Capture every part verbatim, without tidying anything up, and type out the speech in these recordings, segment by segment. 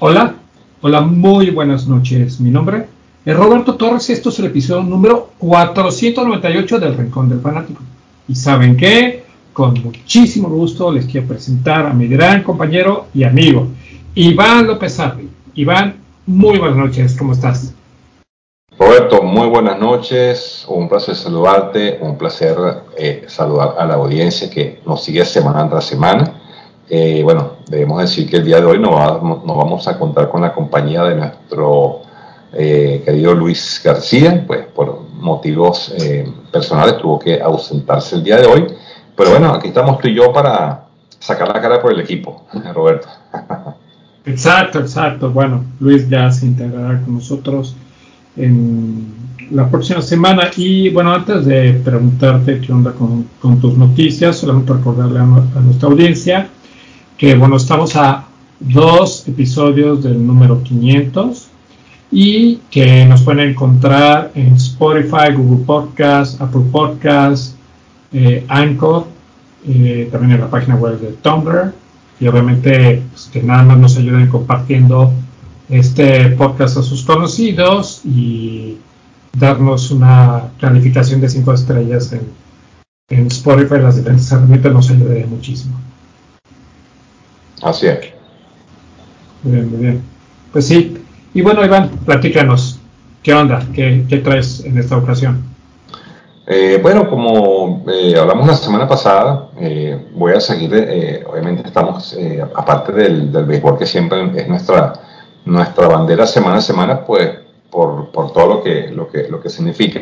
Hola, hola, muy buenas noches. Mi nombre es Roberto Torres y esto es el episodio número cuatrocientos noventa y ocho del Rincón del Fanático. ¿Y saben qué? Con muchísimo gusto les quiero presentar a mi gran compañero y amigo, Iván López Arri. Iván, muy buenas noches, ¿cómo estás? Roberto, muy buenas noches, un placer saludarte, un placer eh, saludar a la audiencia que nos sigue semana tras semana. Eh, bueno, debemos decir que el día de hoy no, va, no, no vamos a contar con la compañía de nuestro eh, querido Luis García, pues por motivos eh, personales tuvo que ausentarse el día de hoy, pero bueno, aquí estamos tú y yo para sacar la cara por el equipo, Roberto. Exacto, exacto. Bueno, Luis ya se integrará con nosotros en la próxima semana. Y bueno, antes de preguntarte qué onda con, con tus noticias, solamente recordarle a, a nuestra audiencia que bueno, estamos a dos episodios del número quinientos y que nos pueden encontrar en Spotify, Google Podcast, Apple Podcast, eh, Anchor, eh, también en la página web de Tumblr, y obviamente pues, que nada más nos ayuden compartiendo este podcast a sus conocidos y darnos una calificación de cinco estrellas en, en Spotify. Las diferentes herramientas nos ayudaría muchísimo. Así es. Muy bien, muy bien. Pues sí. Y bueno, Iván, platícanos. ¿Qué onda? ¿Qué, qué traes en esta ocasión? Eh, bueno, como eh, hablamos la semana pasada, eh, voy a seguir, eh, obviamente estamos, eh, aparte del, del béisbol que siempre es nuestra, nuestra bandera semana a semana, pues por, por todo lo que, lo que, lo que significa.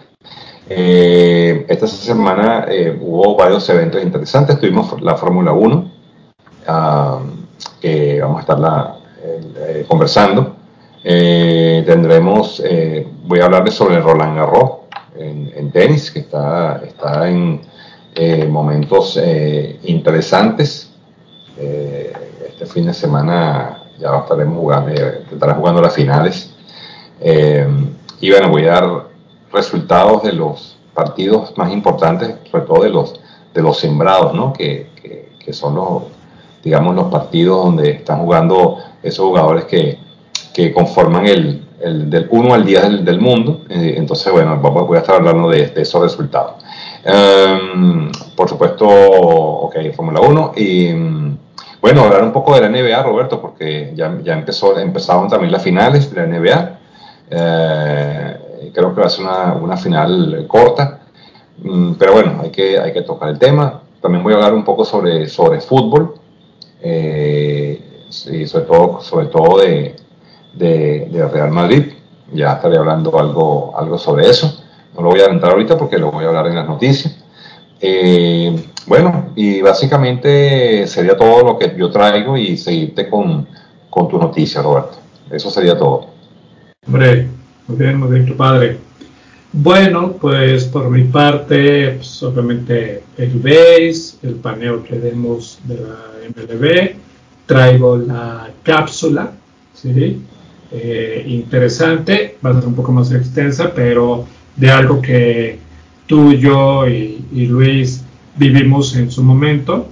Eh, esta semana eh, hubo varios eventos interesantes, tuvimos la Fórmula uno, uh, que vamos a estar la, eh, conversando. Eh, tendremos, eh, voy a hablarles sobre el Roland Garros en, en tenis, que está, está en eh, momentos eh, interesantes. Eh, este fin de semana ya estaremos jugando, eh, estarán jugando las finales. Eh, y bueno, voy a dar resultados de los partidos más importantes, sobre todo de los, de los sembrados, ¿no? que, que, que son los, digamos, los partidos donde están jugando esos jugadores que, que conforman el, el del uno al diez del, del mundo. Eh, entonces, bueno, voy a estar hablando de, de esos resultados. Um, por supuesto, ok, Fórmula uno. Y bueno, hablar un poco de la N B A, Roberto, porque ya, ya empezó, empezaron también las finales de la N B A. Eh, creo que va a ser una, una final corta. Mm, pero bueno, hay que, hay que tocar el tema. También voy a hablar un poco sobre, sobre fútbol. Eh, y sobre todo, sobre todo de, de, de Real Madrid. Ya estaré hablando algo, algo sobre eso. No lo voy a adelantar ahorita porque lo voy a hablar en las noticias. Eh, bueno, y básicamente sería todo lo que yo traigo y seguirte con, con tus noticias, Roberto. Eso sería todo. Hombre, muy bien, muy bien, tu padre. Bueno, pues por mi parte, pues obviamente el base, el paneo que demos de la M L B, traigo la cápsula, ¿sí? Eh, interesante, va a ser un poco más extensa, pero de algo que tú, yo y, y Luis vivimos en su momento.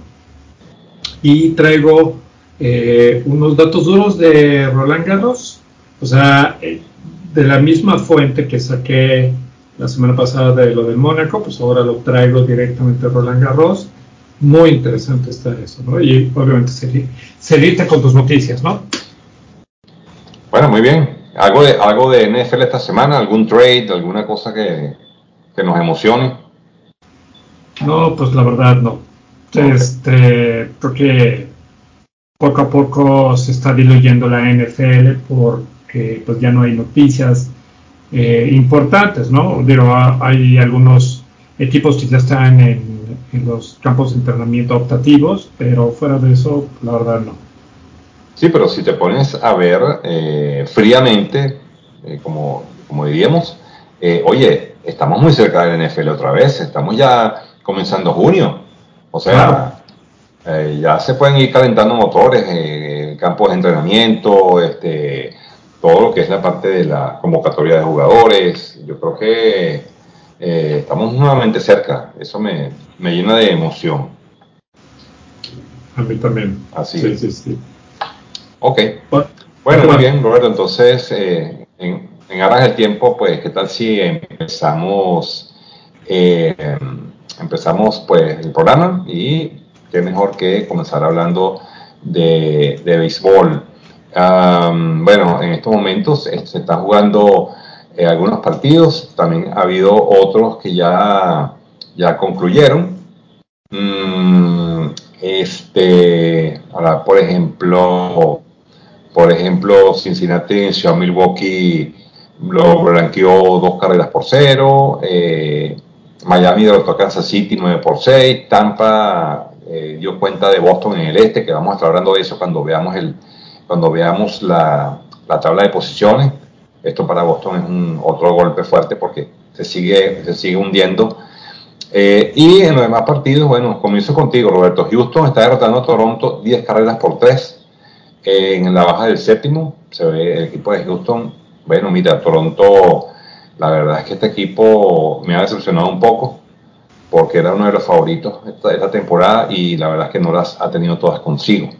Y traigo eh, unos datos duros de Roland Garros, o sea, eh, de la misma fuente que saqué la semana pasada de lo del Mónaco, pues ahora lo traigo directamente de Roland Garros. Muy interesante está eso, ¿no? Y obviamente seguirte con tus noticias, ¿no? Bueno, muy bien. ¿Algo de, algo de N F L esta semana? ¿Algún trade? ¿Alguna cosa que, que nos emocione? No, pues la verdad no. Ok. Este, porque poco a poco se está diluyendo la N F L porque pues ya no hay noticias eh, importantes, ¿no? Digo, hay algunos equipos que ya están en, en los campos de entrenamiento optativos, pero fuera de eso, la verdad no. Sí, pero si te pones a ver eh, fríamente, eh, como, como diríamos, eh, oye, estamos muy cerca de la N F L otra vez, estamos ya comenzando junio, o Claro, sea, eh, ya se pueden ir calentando motores, eh, campos de entrenamiento, este, todo lo que es la parte de la convocatoria de jugadores. Yo creo que eh, estamos nuevamente cerca, eso me, me llena de emoción. a mí también. Así Sí, es. sí, sí. Ok. Bueno, muy bien, Roberto. Entonces, eh, en, en aras del tiempo, pues, ¿qué tal si empezamos, eh, empezamos pues el programa? Y qué mejor que comenzar hablando de, de béisbol. Um, bueno, en estos momentos eh, se están jugando eh, algunos partidos. También ha habido otros que ya, ya concluyeron. Mm, este, ahora, por ejemplo. Por ejemplo, Cincinnati venció a Milwaukee, lo blanqueó dos carreras por cero. Eh, Miami derrotó a Kansas City nueve por seis. Tampa eh, dio cuenta de Boston en el este, que vamos a estar hablando de eso cuando veamos, el, cuando veamos la, la tabla de posiciones. Esto para Boston es un otro golpe fuerte porque se sigue, se sigue hundiendo. Eh, y en los demás partidos, bueno, comienzo contigo, Roberto. Houston está derrotando a Toronto diez carreras por tres. Eh, en la baja del séptimo se ve el equipo de Houston. Bueno, mira, Toronto, la verdad es que este equipo me ha decepcionado un poco porque era uno de los favoritos esta, esta temporada y la verdad es que no las ha tenido todas consigo.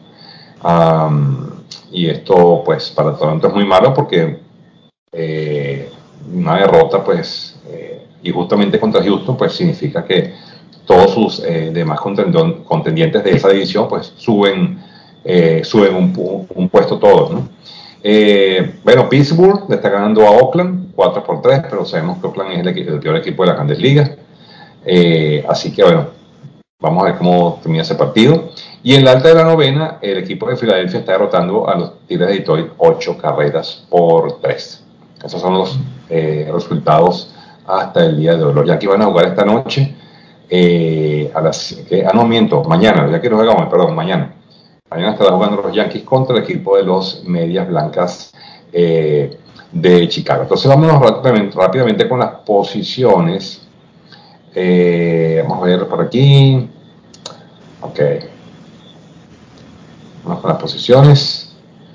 Um, y esto pues para Toronto es muy malo porque eh, una derrota pues eh, y justamente contra Houston pues significa que todos sus eh, demás contendientes de esa división pues suben eh, suben un, un, puesto todos, ¿no? Eh, bueno, Pittsburgh le está ganando a Oakland cuatro por tres, pero sabemos que Oakland es el, el peor equipo de las grandes ligas, eh, así que bueno, vamos a ver cómo termina ese partido. Y en la alta de la novena, el equipo de Filadelfia está derrotando a los Tigres de Detroit ocho carreras por tres. Esos son los eh, resultados hasta el día de hoy. Los Yankees van a jugar esta noche eh, a las... Eh, ah, no, miento, mañana, los Yankees no juegan, perdón, mañana. Mañana estarán jugando los Yankees contra el equipo de los Medias Blancas eh, de Chicago. Entonces vámonos rápidamente, rápidamente con las posiciones. Eh, vamos a ver por aquí. Ok. Vamos con las posiciones.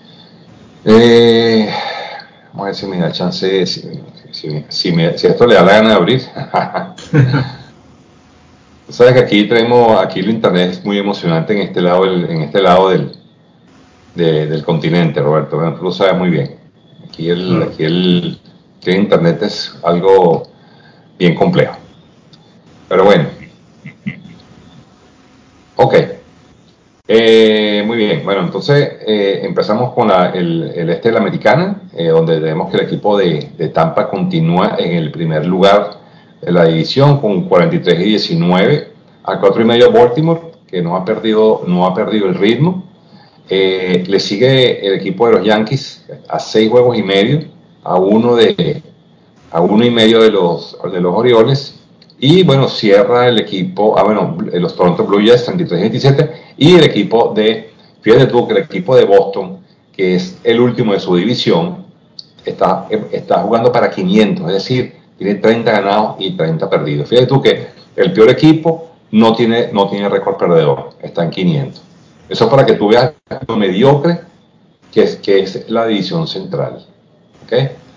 Eh, vamos a ver si me da chance, si, si, si, me, si esto le da la gana de abrir. Sabes que aquí tenemos, aquí el internet es muy emocionante en este lado, en este lado del, de, del continente, Roberto. Bueno, tú lo sabes muy bien. Aquí el, aquí el, aquí el internet es algo bien complejo. Pero bueno. Ok. Eh, muy bien, bueno, entonces eh, empezamos con la, el, el este de la americana, eh, donde vemos que el equipo de, de Tampa continúa en el primer lugar de la división con cuarenta y tres y diecinueve, a cuatro y medio Baltimore, que no ha perdido, no ha perdido el ritmo. Eh, le sigue el equipo de los Yankees a seis juegos y medio, a uno de a uno y medio de los, de los Orioles. Y bueno, cierra el equipo, ah bueno, los Toronto Blue Jays treinta y tres veintisiete y el equipo de, fíjate tú que el equipo de Boston, que es el último de su división, está, está jugando para quinientos, es decir, tiene treinta ganados y treinta perdidos. Fíjate tú que el peor equipo no tiene, no tiene récord perdedor, está en quinientos. Eso es para que tú veas lo mediocre que es, que es la división central. ¿Ok?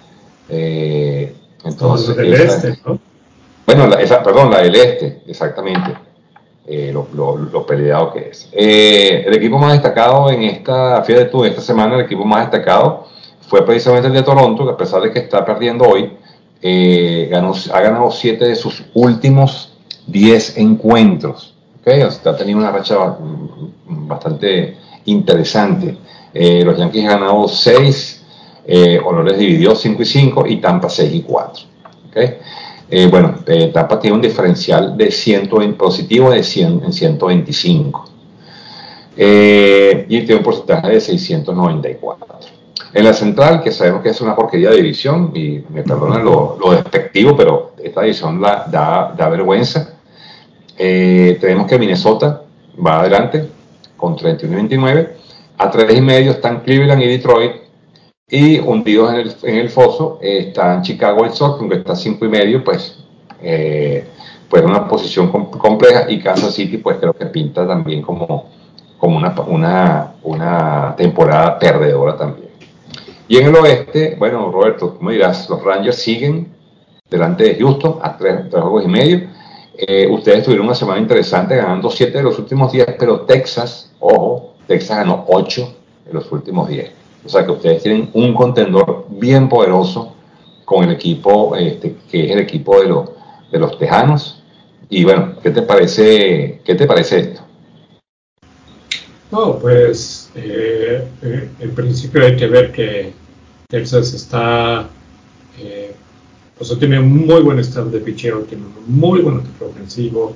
Eh, entonces, oh, del esa, este, ¿no? bueno, la, esa, perdón, la del este, exactamente, eh, lo, lo, lo, peleado que es. Eh, el equipo más destacado en esta, fíjate tú, esta semana el equipo más destacado fue precisamente el de Toronto, que a pesar de que está perdiendo hoy, eh, ganó, ha ganado siete de sus últimos diez encuentros. ¿Okay? O sea, ha tenido una racha bastante interesante. Eh, los Yankees han ganado seis. Eh, Orioles dividió cinco y cinco y Tampa seis y cuatro. ¿Okay? Eh, bueno, eh, Tampa tiene un diferencial de ciento veinte, positivo de cien, en ciento veinticinco eh, y tiene un porcentaje de seiscientos noventa y cuatro. En la central, que sabemos que es una porquería de división, y me perdonan lo, lo despectivo, pero esta división la, da, da vergüenza. Eh, tenemos que Minnesota va adelante con treinta y uno y veintinueve. A tres y medio están Cleveland y Detroit. Y hundidos en el, en el foso eh, están Chicago White Sox, aunque está cinco y medio, pues, eh, pues una posición com compleja, y Kansas City, pues creo que pinta también como, como una, una, una temporada perdedora también. Y en el oeste, bueno, Roberto, como dirás, los Rangers siguen delante de Houston a tres, tres juegos y medio. Eh, ustedes tuvieron una semana interesante ganando siete de los últimos diez, pero Texas, ojo, Texas ganó ocho de los últimos diez. O sea que ustedes tienen un contendor bien poderoso con el equipo, este, que es el equipo de los, de los Tejanos. Y bueno, ¿qué te parece, qué te parece esto? No, pues eh, eh, en principio hay que ver que Texas está, eh, o sea, tiene un muy buen estado de picheo, tiene un muy buen equipo ofensivo,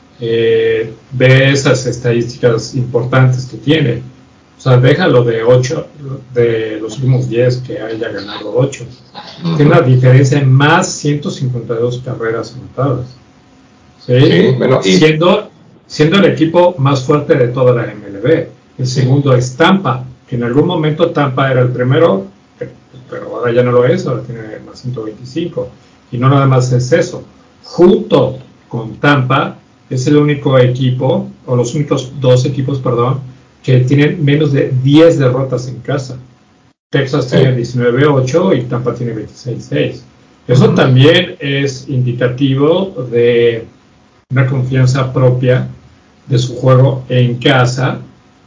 eh, ve esas estadísticas importantes que tiene. O sea, déjalo de ocho, de los últimos diez que haya ganado ocho. Uh-huh. Tiene una diferencia en más ciento cincuenta y dos carreras anotadas. ¿Sí? Sí, bueno, y... siendo, siendo el equipo más fuerte de toda la M L B. El segundo es Tampa, que en algún momento Tampa era el primero, pero ahora ya no lo es, ahora tiene más ciento veinticinco. Y no nada más es eso. Junto con Tampa, es el único equipo, o los únicos dos equipos, perdón, que tienen menos de diez derrotas en casa. Texas tiene diecinueve ocho y Tampa tiene veintiséis seis. Eso uh-huh. también es indicativo de una confianza propia de su juego en casa,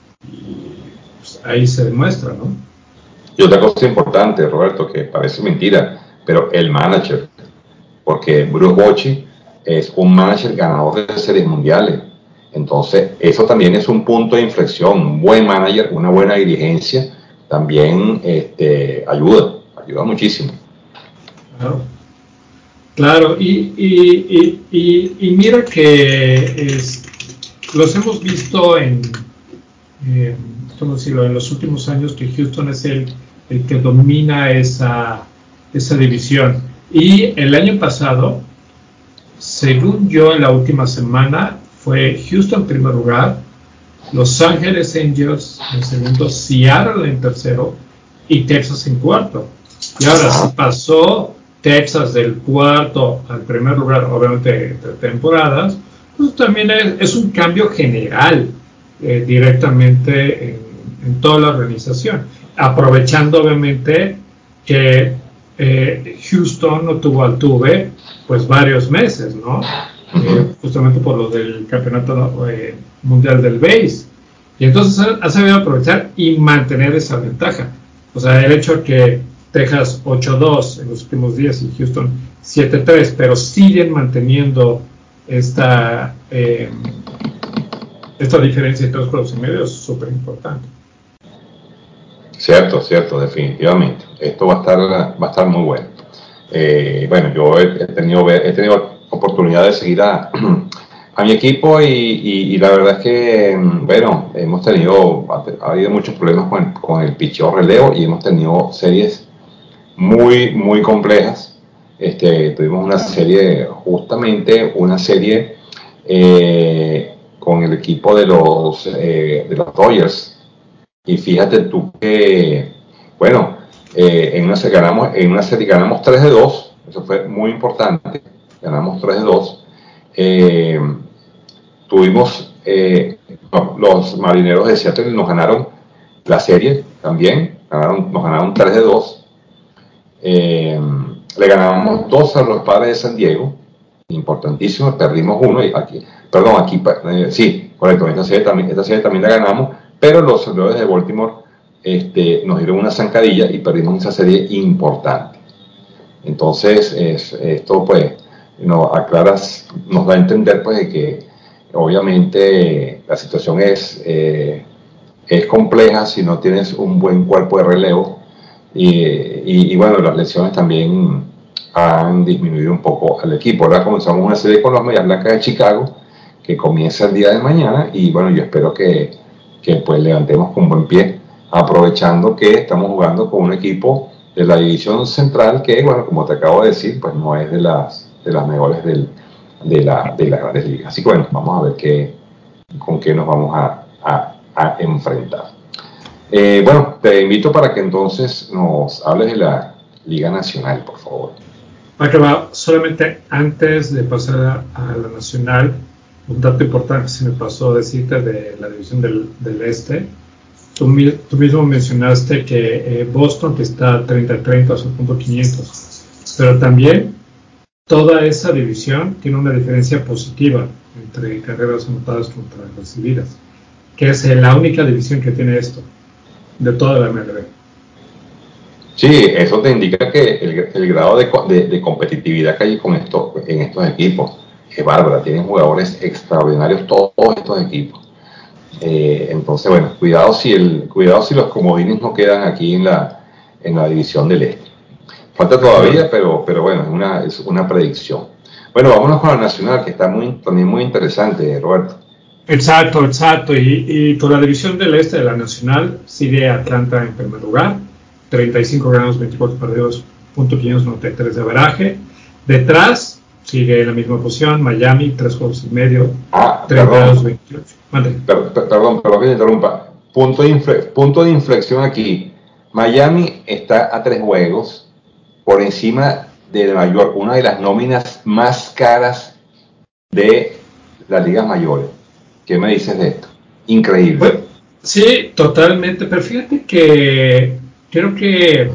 y pues ahí se demuestra, ¿no? Y otra cosa importante, Roberto, que parece mentira, pero el manager, porque Bruce Bochy es un manager ganador de series mundiales. Entonces, eso también es un punto de inflexión. Un buen manager, una buena dirigencia, también este, ayuda, ayuda muchísimo. Claro, claro, y, y, y, y, y mira que es, los hemos visto en, eh, ¿cómo decirlo?, en los últimos años, que Houston es el, el que domina esa, esa división. Y el año pasado, según yo, en la última semana, fue Houston en primer lugar, Los Ángeles Angels en segundo, Seattle en tercero y Texas en cuarto. Y ahora, si pasó Texas del cuarto al primer lugar, obviamente entre temporadas, pues también es, es un cambio general eh, directamente en, en toda la organización, aprovechando obviamente que eh, Houston no tuvo Altuve pues varios meses, ¿no? Eh, justamente por lo del campeonato eh, mundial del base. Y entonces ha sabido aprovechar y mantener esa ventaja. O sea, el hecho de que Texas ocho dos en los últimos días y Houston siete tres, pero siguen manteniendo esta, eh, esta diferencia entre dos juegos y medio es súper importante. Cierto, cierto, definitivamente. Esto va a estar, va a estar muy bueno. Eh, bueno, yo he, he, tenido, he tenido oportunidad de seguir a, a mi equipo y, y, y la verdad es que, bueno, hemos tenido, ha habido muchos problemas con el, con el picheo relevo y hemos tenido series muy, muy complejas. Este, tuvimos una serie, justamente una serie eh, con el equipo de los, eh, de los Dodgers. Y fíjate tú que, bueno, eh, en, una serie ganamos, en una serie ganamos tres de dos, eso fue muy importante, ganamos tres de dos. Eh, tuvimos, eh, los Marineros de Seattle nos ganaron la serie también, ganaron, nos ganaron tres de dos. Eh, le ganamos dos a los Padres de San Diego, importantísimo, perdimos uno, y aquí, perdón, aquí, eh, sí, correcto, esta serie también, esta serie también la ganamos, pero los Orioles de Baltimore este, nos dieron una zancadilla y perdimos esa serie importante. Entonces, es, esto pues nos aclara, nos da a entender pues de que obviamente la situación es, eh, es compleja si no tienes un buen cuerpo de relevo y, y, y bueno, las lesiones también han disminuido un poco al equipo. Ahora comenzamos una serie con los Medias Blancas de Chicago que comienza el día de mañana y bueno, yo espero que, que pues levantemos con buen pie, aprovechando que estamos jugando con un equipo de la división central que, bueno, como te acabo de decir, pues no es de las, de las mejores del, de, la, de las grandes ligas. Así que bueno, vamos a ver qué, con qué nos vamos a, a, a enfrentar. Eh, bueno, te invito para que entonces nos hables de la Liga Nacional, por favor. Va, solamente antes de pasar a, a la Nacional, un dato importante que se me pasó a decirte de la división del, del Este. Tú, tú mismo mencionaste que eh, Boston, que está treinta treinta, a su punto quinientos, pero también toda esa división tiene una diferencia positiva entre carreras anotadas contra recibidas, que es la única división que tiene esto, de toda la M L B. Sí, eso te indica que el, el grado de, de, de competitividad que hay con esto, en estos equipos es bárbara. Tienen jugadores extraordinarios todos, todos estos equipos. Eh, entonces, bueno, cuidado si, el, cuidado si los comodines no quedan aquí en la, en la división del Este. Falta todavía, pero, pero bueno, es una, es una predicción. Bueno, vámonos con la Nacional, que está muy, también muy interesante, Roberto. Exacto, exacto. Y, y por la división del Este de la Nacional sigue Atlanta en primer lugar, treinta y cinco ganados, veinticuatro perdidos, punto quinientos noventa y tres de averaje. Detrás sigue en la misma posición Miami, tres juegos y medio, ah, treinta y dos veintiocho. Per, per, perdón, perdón que te interrumpa. Punto de, infle, punto de inflexión aquí. Miami está a tres juegos por encima de Nueva York, una de las nóminas más caras de las ligas mayores. ¿Qué me dices de esto? Increíble. Pues, sí, totalmente. Pero fíjate que creo que,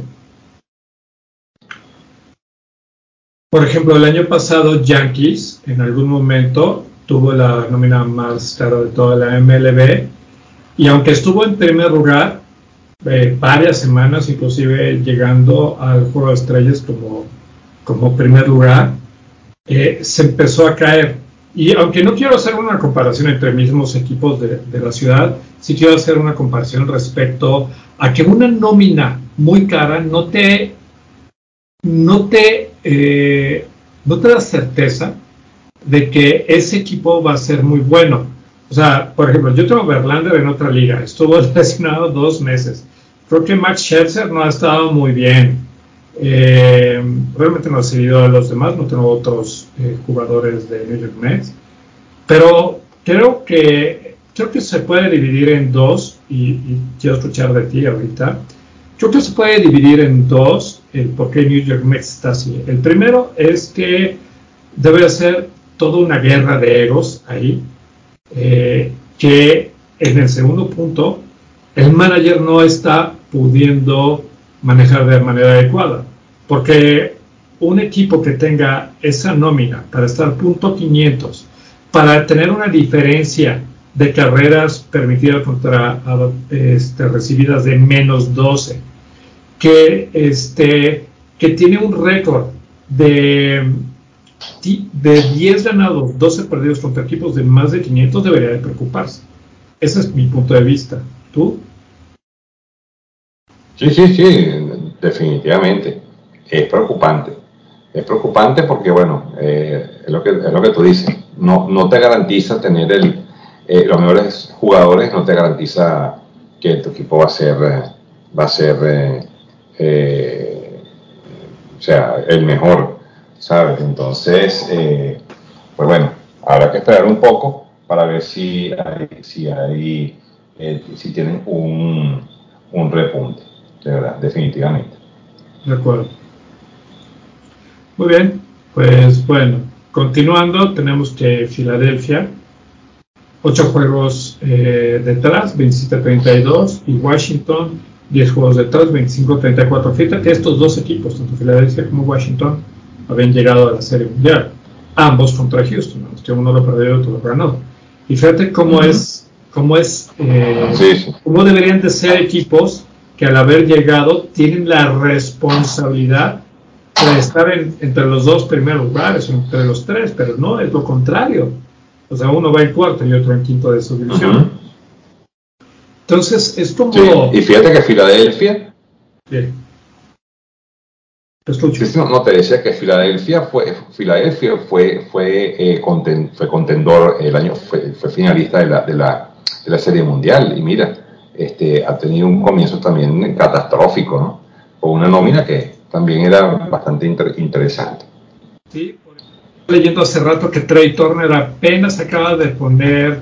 por ejemplo, el año pasado Yankees en algún momento tuvo la nómina más cara de toda la M L B y aunque estuvo en primer lugar eh, varias semanas, inclusive llegando al Juego de Estrellas como, como primer lugar, eh, se empezó a caer. Y aunque no quiero hacer una comparación entre mismos equipos de, de la ciudad, sí quiero hacer una comparación respecto a que una nómina muy cara no te, no te, eh, no te da certeza de que ese equipo va a ser muy bueno. O sea, por ejemplo, yo tengo Verlander en otra liga, estuvo lesionado dos meses. Creo que Max Scherzer no ha estado muy bien. Eh, realmente no he seguido a los demás, no tengo otros eh, jugadores de New York Mets, pero creo que creo que se puede dividir en dos y, y quiero escuchar de ti ahorita. Creo que se puede dividir en dos el por qué New York Mets está así. El primero es que debe ser toda una guerra de egos ahí, eh, que en el segundo punto el manager no está pudiendo manejar de manera adecuada, porque un equipo que tenga esa nómina para estar punto quinientos, para tener una diferencia de carreras permitidas contra este, recibidas de menos doce, que, este, que tiene un récord de de diez ganados, doce perdidos contra equipos de más de quinientos, debería de preocuparse. Ese es mi punto de vista. ¿Tú? Sí, sí, sí, definitivamente. Es preocupante. Es preocupante porque, bueno, eh, es, lo que, es lo que tú dices. No, no te garantiza tener el, eh, los mejores jugadores, no te garantiza que tu equipo va a ser, eh, va a ser eh, eh, o sea, el mejor, ¿sabes? Entonces, eh, pues bueno, habrá que esperar un poco para ver si hay, si, hay, eh, si tienen un, un repunte, de verdad, definitivamente. De acuerdo. Muy bien. Pues bueno, continuando, tenemos que Filadelfia, ocho juegos eh, detrás, veintisiete a treinta y dos, y Washington, diez juegos detrás, veinticinco a treinta y cuatro. Fíjate que estos dos equipos, tanto Filadelfia como Washington, habían llegado a la Serie Mundial, ambos contra Houston, que uno lo perdió y otro lo ganó. Y fíjate cómo uh-huh. es, cómo es, eh, sí, sí. cómo deberían de ser equipos que al haber llegado tienen la responsabilidad de estar en, entre los dos primeros lugares, entre los tres, pero no, es lo contrario. O sea, uno va en cuarto y otro en quinto de su división. Uh-huh. Entonces, es como... Sí, y fíjate que Filadelfia... Bien. Te escucho. Sí, no, no, te decía que Filadelfia fue, Filadelfia fue, fue, eh, conten, fue contendor el año, fue, fue finalista de la, de, la, de la Serie Mundial. Y mira, este, ha tenido un comienzo también catastrófico, ¿no? Con una nómina que también era bastante inter, interesante. Sí, leyendo hace rato que Trey Turner apenas acaba de poner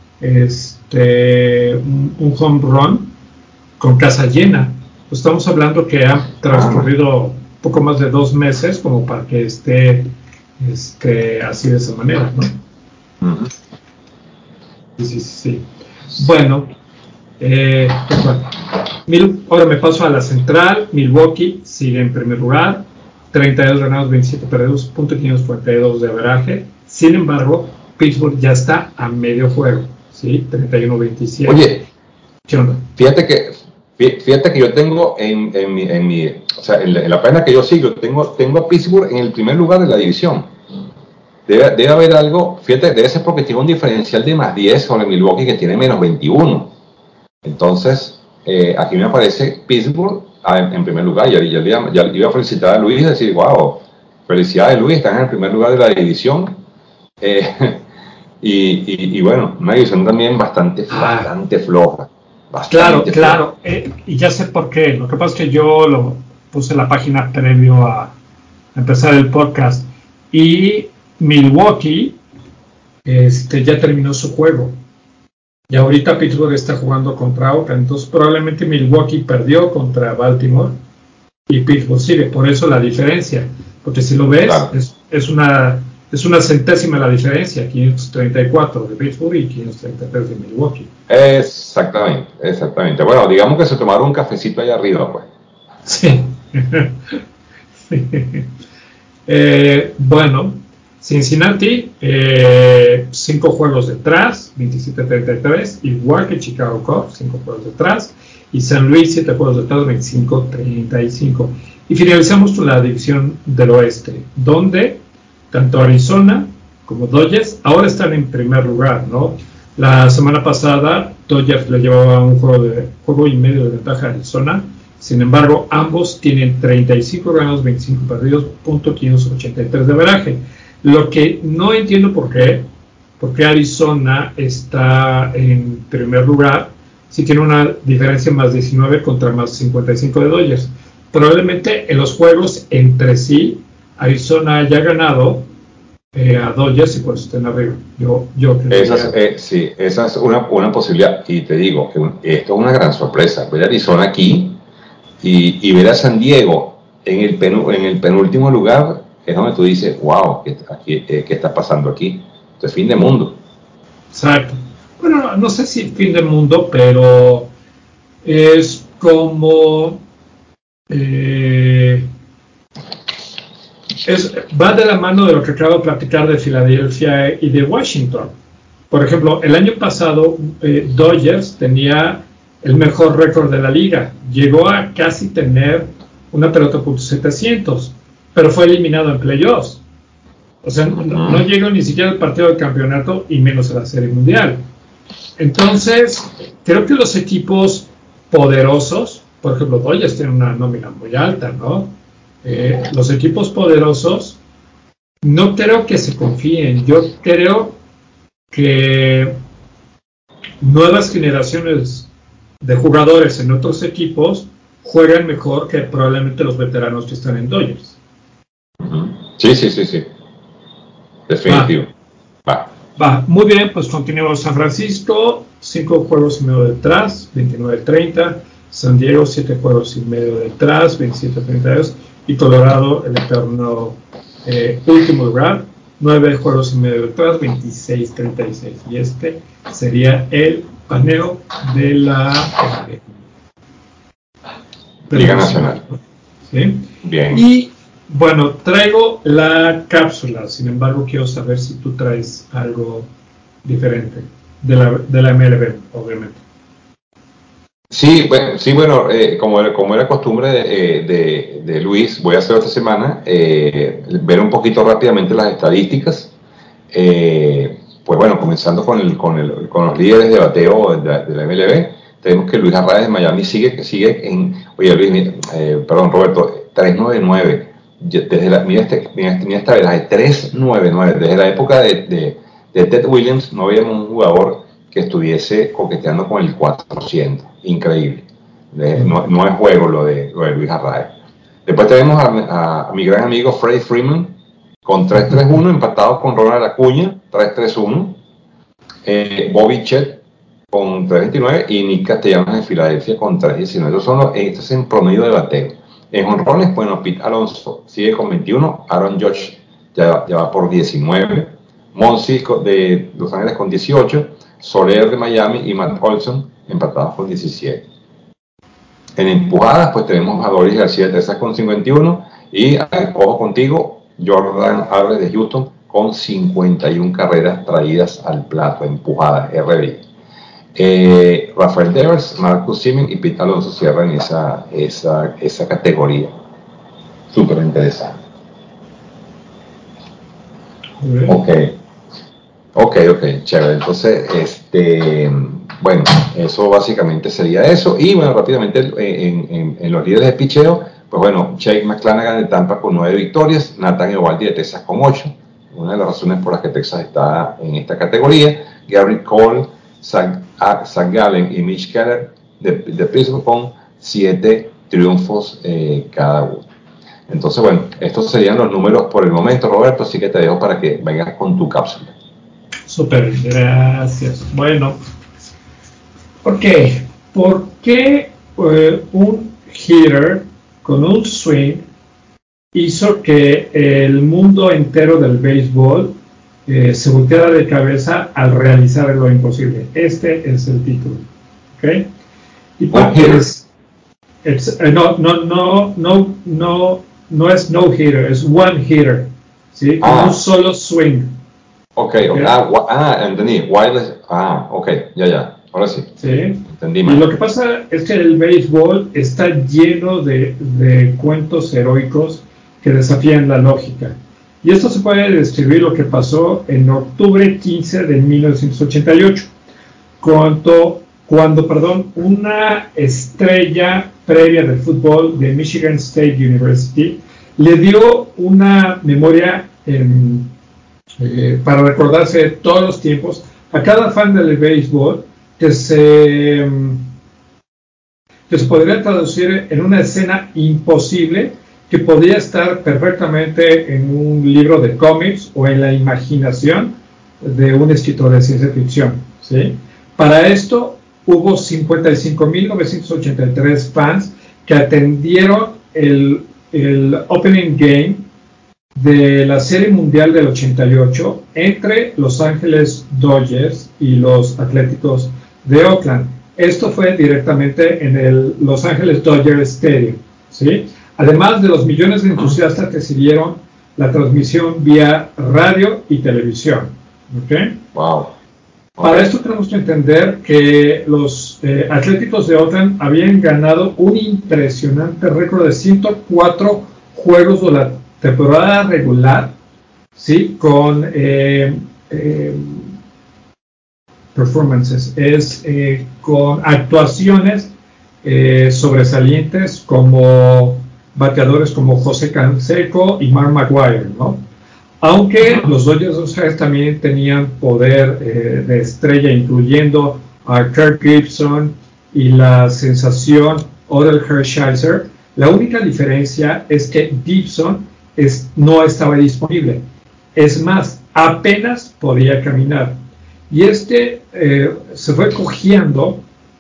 este un, un home run con casa llena. Pues estamos hablando que ha transcurrido poco más de dos meses como para que esté este, así de esa manera, ¿no? Uh-huh. Sí, sí, sí. Bueno, eh, pues bueno. Mil, ahora me paso a la central. Milwaukee sigue en primer lugar, treinta y dos ganados, veintisiete perdidos, punto quinientos cuarenta y dos de averaje. Sin embargo, Pittsburgh ya está a medio juego, ¿sí? treinta y uno veintisiete. Oye, ¿qué onda? Fíjate que, Fíjate que yo tengo en, en, mi, en, mi, o sea, en, la, en la página que yo sigo, tengo, tengo a Pittsburgh en el primer lugar de la división. Debe, debe haber algo, fíjate, debe ser porque tiene un diferencial de más diez sobre Milwaukee que tiene menos veintiuno. Entonces, eh, aquí me aparece Pittsburgh en, en primer lugar. Y yo, yo, yo iba a felicitar a Luis y decir, wow, felicidades Luis, están en el primer lugar de la división. Eh, y, y, y bueno, una división también bastante, ah, bastante floja. Bastante claro, floja. claro, eh, y ya sé por qué. Lo que pasa es que yo lo puse en la página previo a empezar el podcast. Y Milwaukee este, ya terminó su juego. Y ahorita Pittsburgh está jugando contra Oakland. Entonces probablemente Milwaukee perdió contra Baltimore y Pittsburgh sigue. Por eso la diferencia. Porque si lo ves, claro. es, es, una, es una centésima la diferencia. quinientos treinta y cuatro de Pittsburgh y quinientos treinta y tres de Milwaukee. Exactamente, exactamente. Bueno, digamos que se tomaron un cafecito allá arriba, pues. Sí. sí. Eh, bueno, Cincinnati, eh, cinco juegos detrás, veintisiete a treinta y tres, igual que Chicago Cubs, cinco juegos detrás, y San Luis, siete juegos detrás, veinticinco a treinta y cinco. Y finalizamos con la división del oeste, donde tanto Arizona como Dodgers ahora están en primer lugar, ¿no? La semana pasada Dodgers le llevaba un juego, de, juego y medio de ventaja a Arizona. Sin embargo, ambos tienen treinta y cinco ganados, veinticinco perdidos, punto quinientos ochenta y tres de averaje. Lo que no entiendo por qué, porque Arizona está en primer lugar, si tiene una diferencia más diecinueve contra más cincuenta y cinco de Dodgers. Probablemente en los juegos entre sí, Arizona haya ganado eh, a Dodgers y por eso estén arriba. Yo, yo esa es, eh, sí, esa es una, una posibilidad. Y te digo, que un, esto es una gran sorpresa. Ver a Arizona aquí y, y ver a San Diego en el, penu, en el penúltimo lugar es donde tú dices, wow, ¿qué, aquí, eh, ¿qué está pasando aquí? Esto es fin de mundo. Exacto. Bueno, no, no sé si fin de mundo, pero es como... Eh, es, va de la mano de lo que acabo de platicar de Filadelfia y de Washington. Por ejemplo, el año pasado eh, Dodgers tenía el mejor récord de la liga. Llegó a casi tener una pelota punto setecientos, pero fue eliminado en playoffs. O sea, no, no llegó ni siquiera al partido del campeonato y menos a la Serie Mundial. Entonces, creo que los equipos poderosos, por ejemplo, Dodgers tiene una nómina muy alta, ¿no? Eh, los equipos poderosos no creo que se confíen. Yo creo que nuevas generaciones de jugadores en otros equipos juegan mejor que probablemente los veteranos que están en Dodgers. Sí, sí, sí, sí. Definitivo. Va. Va. Muy bien, pues continuamos. San Francisco, cinco juegos y medio detrás, veintinueve a treinta. San Diego, siete juegos y medio detrás, veintisiete a treinta y dos. Y Colorado, el eterno eh, último lugar, nueve juegos y medio detrás, veintiséis a treinta y seis. Y este sería el paneo de la eh, de Liga Nacional. ¿Sí? Bien. Y bueno, traigo la cápsula, sin embargo quiero saber si tú traes algo diferente de la, de la M L B, obviamente. Sí, bueno, sí, bueno eh, como, como era costumbre de, de, de Luis, voy a hacer esta semana, eh, ver un poquito rápidamente las estadísticas. Eh, pues bueno, comenzando con, el, con, el, con los líderes de bateo de la, de la M L B, tenemos que Luis Arraez de Miami sigue, sigue en, oye Luis, eh, perdón Roberto, tres noventa y nueve, desde la, mira, este, mira, mira esta veraje, tres noventa y nueve, desde la época de, de, de Ted Williams no habíamos un jugador que estuviese coqueteando con el cuatro por ciento, increíble, de, no, no es juego lo de, lo de Luis Arraez. Después tenemos a, a, a mi gran amigo Freddie Freeman con tres tres uno, empatados con Ronald Acuña, tres tres uno, eh, Bobby Chet con tres veintinueve y Nick Castellanos de Filadelfia con tres diecinueve. Estos son los, esto es en promedio de bateo. En jonrones, bueno, Pete Alonso sigue con veintiuno, Aaron Judge ya, ya va por diecinueve, Monsi de Los Ángeles con dieciocho, Soler de Miami y Matt Olson empatados con diecisiete. En empujadas, pues tenemos a Doris García de Texas con cincuenta y uno y, ojo contigo, Jordan Álvarez de Houston con cincuenta y una carreras traídas al plato, empujadas, R B I. Eh, Rafael Devers, Marcus Semien y Pete Alonso cierran esa, esa, esa categoría. Súper interesante. Ok, ok, ok, chévere. Entonces, este, bueno, eso básicamente sería eso. Y bueno, rápidamente en, en, en los líderes de picheo, pues bueno, Jake McClanagan de Tampa con nueve victorias, Nathan Eovaldi de Texas con ocho. Una de las razones por las que Texas está en esta categoría. Gary Cole, Zach, Zach Gallen y Mitch Keller de, de Pittsburgh con siete triunfos eh, cada uno. Entonces, bueno, estos serían los números por el momento, Roberto, así que te dejo para que vengas con tu cápsula. Súper, gracias. Bueno, ¿por qué? ¿Por qué eh, un hitter con un swing hizo que el mundo entero del béisbol eh, se volteara de cabeza al realizar lo imposible? Este es el título, ¿ok? Y porque es, es, eh, no, no, no, no, no, no es no hitter, es one hitter, ¿sí? Con ah. un solo swing. Ok, okay. Ah, ah, entendí. Wireless. Ah, ok, ya, ya. Ahora sí. Sí. Entendí mal. Y lo que pasa es que el béisbol está lleno de, de cuentos heroicos que desafían la lógica. Y esto se puede describir lo que pasó en octubre quince de mil novecientos ochenta y ocho, cuando, cuando perdón, una estrella previa del fútbol de Michigan State University le dio una memoria eh, eh, para recordarse todos los tiempos a cada fan del béisbol que se, que se podría traducir en una escena imposible que podría estar perfectamente en un libro de cómics o en la imaginación de un escritor de ciencia ficción, ¿sí? Para esto hubo cincuenta y cinco mil novecientos ochenta y tres fans que atendieron el, el opening game de la Serie Mundial del ochenta y ocho entre Los Ángeles Dodgers y los Atléticos de Oakland. Esto fue directamente en el Los Ángeles Dodger Stadium, ¿sí? Además de los millones de entusiastas que siguieron la transmisión vía radio y televisión. ¿Okay? Wow. Para esto tenemos que entender que los eh, Atléticos de Oakland habían ganado un impresionante récord de ciento cuatro juegos de la temporada regular, ¿sí? Con eh, eh, performances, es eh, con actuaciones eh, sobresalientes como bateadores como José Canseco y Mark Maguire, ¿no? Aunque los Dodgers de Los Ángeles también tenían poder eh, de estrella, incluyendo a Kirk Gibson y la sensación Odell Hershiser, la única diferencia es que Gibson es, no estaba disponible. Es más, apenas podía caminar. Y este eh, se fue cojeando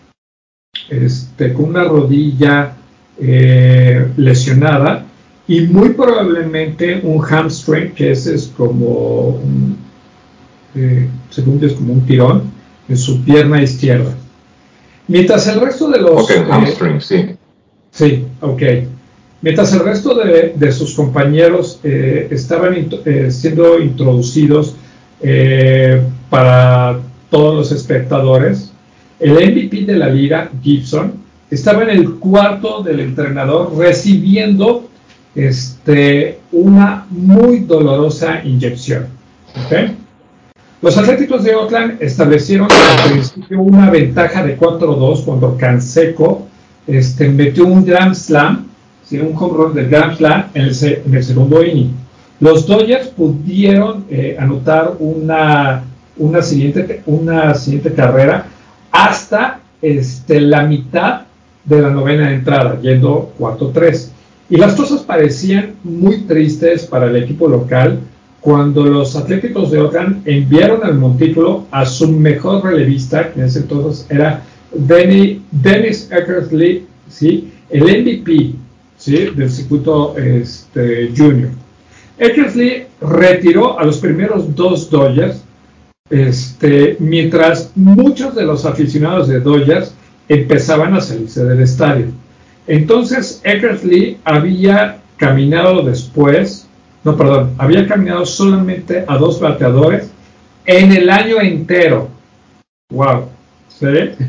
este, con una rodilla eh, lesionada y muy probablemente un hamstring, que ese es como un, eh, según es como un tirón en su pierna izquierda. Mientras el resto de los... Ok, un hamstring, eh, sí. Sí, ok. Mientras el resto de, de sus compañeros eh, estaban int eh, siendo introducidos eh, para todos los espectadores, el M V P de la liga, Gibson, estaba en el cuarto del entrenador recibiendo este, una muy dolorosa inyección. ¿Okay? Los Atléticos de Oakland establecieron al principio una ventaja de cuatro dos cuando Canseco este, metió un Grand Slam, ¿sí? un home run de Grand Slam en el, en el segundo inning. Los Dodgers pudieron eh, anotar una, una, siguiente, una siguiente carrera hasta este, la mitad de la novena entrada, yendo cuatro tres. Y las cosas parecían muy tristes para el equipo local cuando los Atléticos de Oakland enviaron al montículo a su mejor relevista, que en ese entonces era Denny, Dennis Eckersley, ¿sí? el M V P, ¿sí? del circuito este, junior. Eckersley retiró a los primeros dos Dodgers, este, mientras muchos de los aficionados de Dodgers empezaban a salirse del estadio. Entonces Eckersley había caminado después, no, perdón, había caminado solamente a dos bateadores en el año entero. Wow. ¿sí?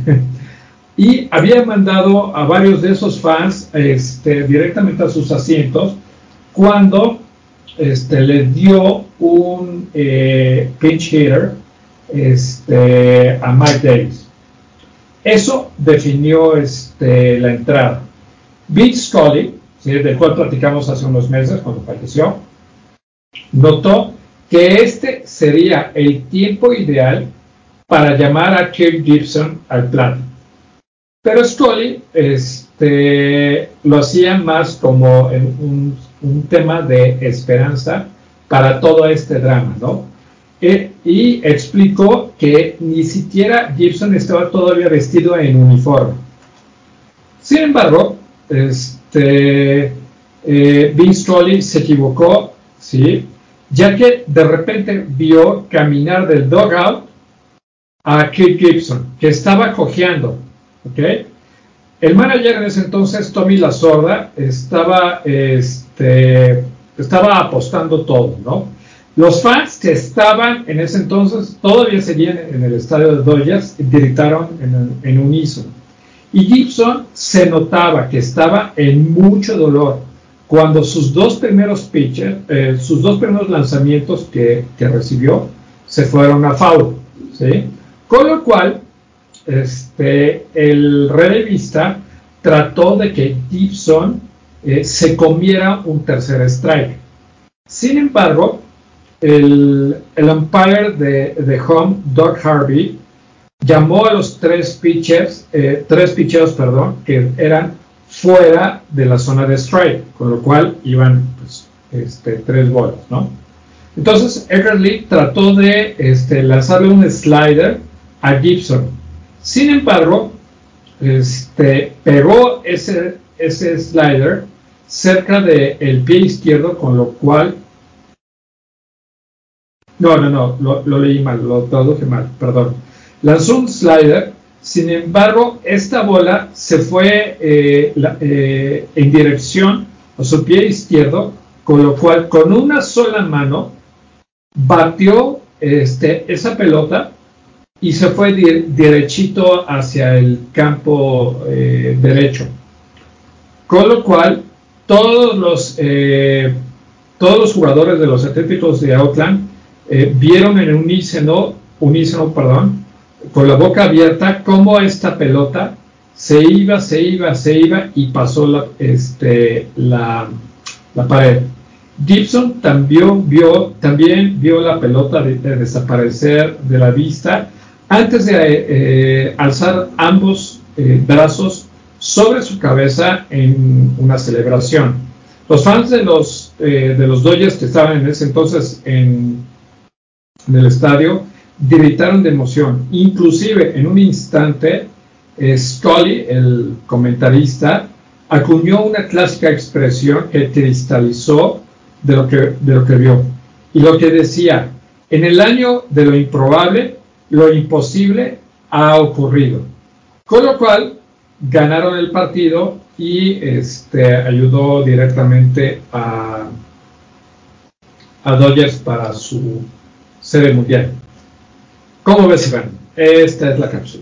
Y había mandado a varios de esos fans este, directamente a sus asientos cuando este, le dio un eh, pinch hitter este, a Mike Davis. Eso definió este, la entrada. Vince Scully, ¿sí?, del cual platicamos hace unos meses cuando falleció, notó que este sería el tiempo ideal para llamar a Kirk Gibson al plano. Pero Scully este, lo hacía más como en un, un tema de esperanza para todo este drama, ¿no? E, y explicó que ni siquiera Gibson estaba todavía vestido en uniforme. Sin embargo, este, eh, Vince Scully se equivocó, ¿sí?, ya que de repente vio caminar del dugout a Kirk Gibson, que estaba cojeando, ¿ok? El manager en ese entonces, Tommy Lasorda, estaba, este, estaba apostando todo, ¿no? Los fans que estaban en ese entonces todavía seguían en el estadio de Dodgers, gritaron en, en unísono. Y Gibson se notaba que estaba en mucho dolor cuando sus dos primeros pitchers, eh, sus dos primeros lanzamientos que, que recibió se fueron a foul, ¿sí? Con lo cual, este, el relevista trató de que Gibson eh, se comiera un tercer strike. Sin embargo, el, el umpire de, de home, Doug Harvey, llamó a los tres pitchers, eh, tres pitcheros, perdón, que eran fuera de la zona de strike, con lo cual iban pues, este, tres bolas, ¿no? Entonces Edgar Lee trató de este, lanzarle un slider a Gibson. Sin embargo, este, pegó ese, ese slider cerca del pie izquierdo, con lo cual... No, no, no, lo, lo leí mal, lo traduje mal, perdón. Lanzó un slider, sin embargo, esta bola se fue eh, la, eh, en dirección a su pie izquierdo, con lo cual con una sola mano batió este, esa pelota y se fue di- derechito hacia el campo eh, derecho. Con lo cual, todos los, eh, todos los jugadores de los Atléticos de Oakland eh, vieron en unísono, unísono, perdón, con la boca abierta, cómo esta pelota se iba, se iba, se iba y pasó la, este, la, la pared. Gibson también vio, también vio la pelota de, de desaparecer de la vista antes de eh, alzar ambos eh, brazos sobre su cabeza en una celebración. Los fans de los, eh, de los Dodgers que estaban en ese entonces en, en el estadio gritaron de emoción. Inclusive en un instante eh, Scully, el comentarista, acuñó una clásica expresión que cristalizó de lo que, de lo que vio. Y lo que decía: en el año de lo improbable, lo imposible ha ocurrido. Con lo cual, ganaron el partido y este, ayudó directamente a, a Dodgers para su serie mundial. ¿Cómo ves, Iván? Esta es la cápsula.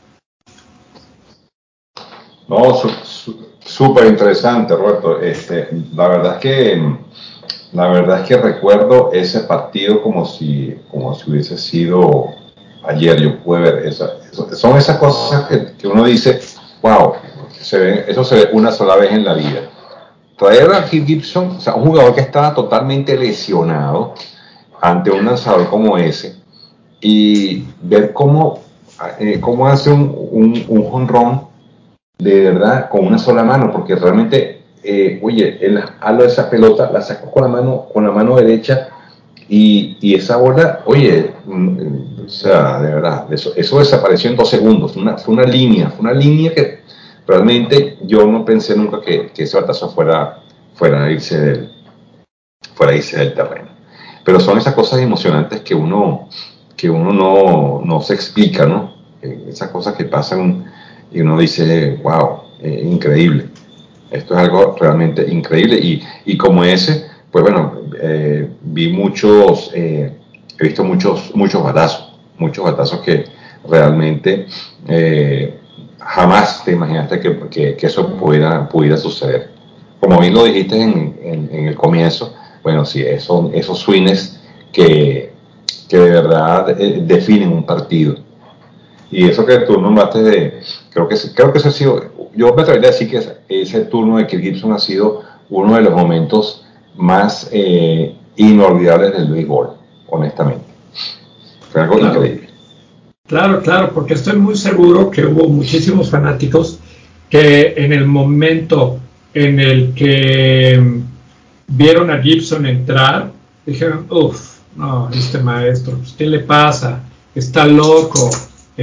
No, súper interesante, Roberto. Este, la verdad es que la verdad es que recuerdo ese partido como si como si hubiese sido ayer. Yo pude ver esa, eso, son esas cosas que, que uno dice, wow, se ve, eso se ve una sola vez en la vida. Traer a Kirk Gibson, o sea, un jugador que estaba totalmente lesionado ante un lanzador como ese, y ver cómo, eh, cómo hace un, un, un jonrón de verdad con una sola mano, porque realmente, eh, oye, él aló esa pelota, la sacó con la mano, con la mano derecha, y, y esa bola, oye, mm, o sea, de verdad, eso, eso desapareció en dos segundos, una, fue una línea, fue una línea que realmente yo no pensé nunca que, que ese batazo fuera, fuera, a irse del, fuera a irse del terreno. Pero son esas cosas emocionantes que uno, que uno no, no se explica, ¿no? Esas cosas que pasan y uno dice, wow, eh, increíble. Esto es algo realmente increíble. Y, y como ese, pues bueno, eh, vi muchos, eh, he visto muchos, muchos batazos, muchos batazos que realmente eh, jamás te imaginaste que, que, que eso pudiera, pudiera suceder. Como bien lo dijiste en, en, en el comienzo, bueno, sí, son esos swings que, que de verdad eh, definen un partido. Y eso que tú nombraste de, creo que, creo que ese ha sido, yo me atrevería a decir que ese, ese turno de Kirk Gibson ha sido uno de los momentos más eh, inolvidables del béisbol, honestamente. Fue algo Claro, increíble. claro, claro, porque estoy muy seguro que hubo muchísimos fanáticos que en el momento en el que vieron a Gibson entrar, dijeron, uff, no, este maestro, pues, ¿qué le pasa? Está loco,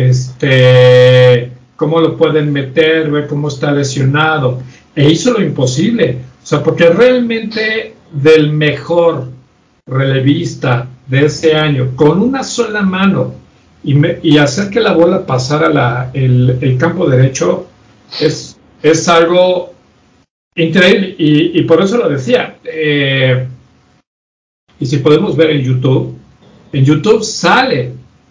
este, ¿cómo lo pueden meter? Ve cómo está lesionado. E hizo lo imposible, o sea, porque realmente del mejor relevista de ese año, con una sola mano, y, me, y hacer que la bola pasara la, el, el campo derecho, es, es algo increíble, y, y por eso lo decía. Eh, y si podemos ver en YouTube, en YouTube sale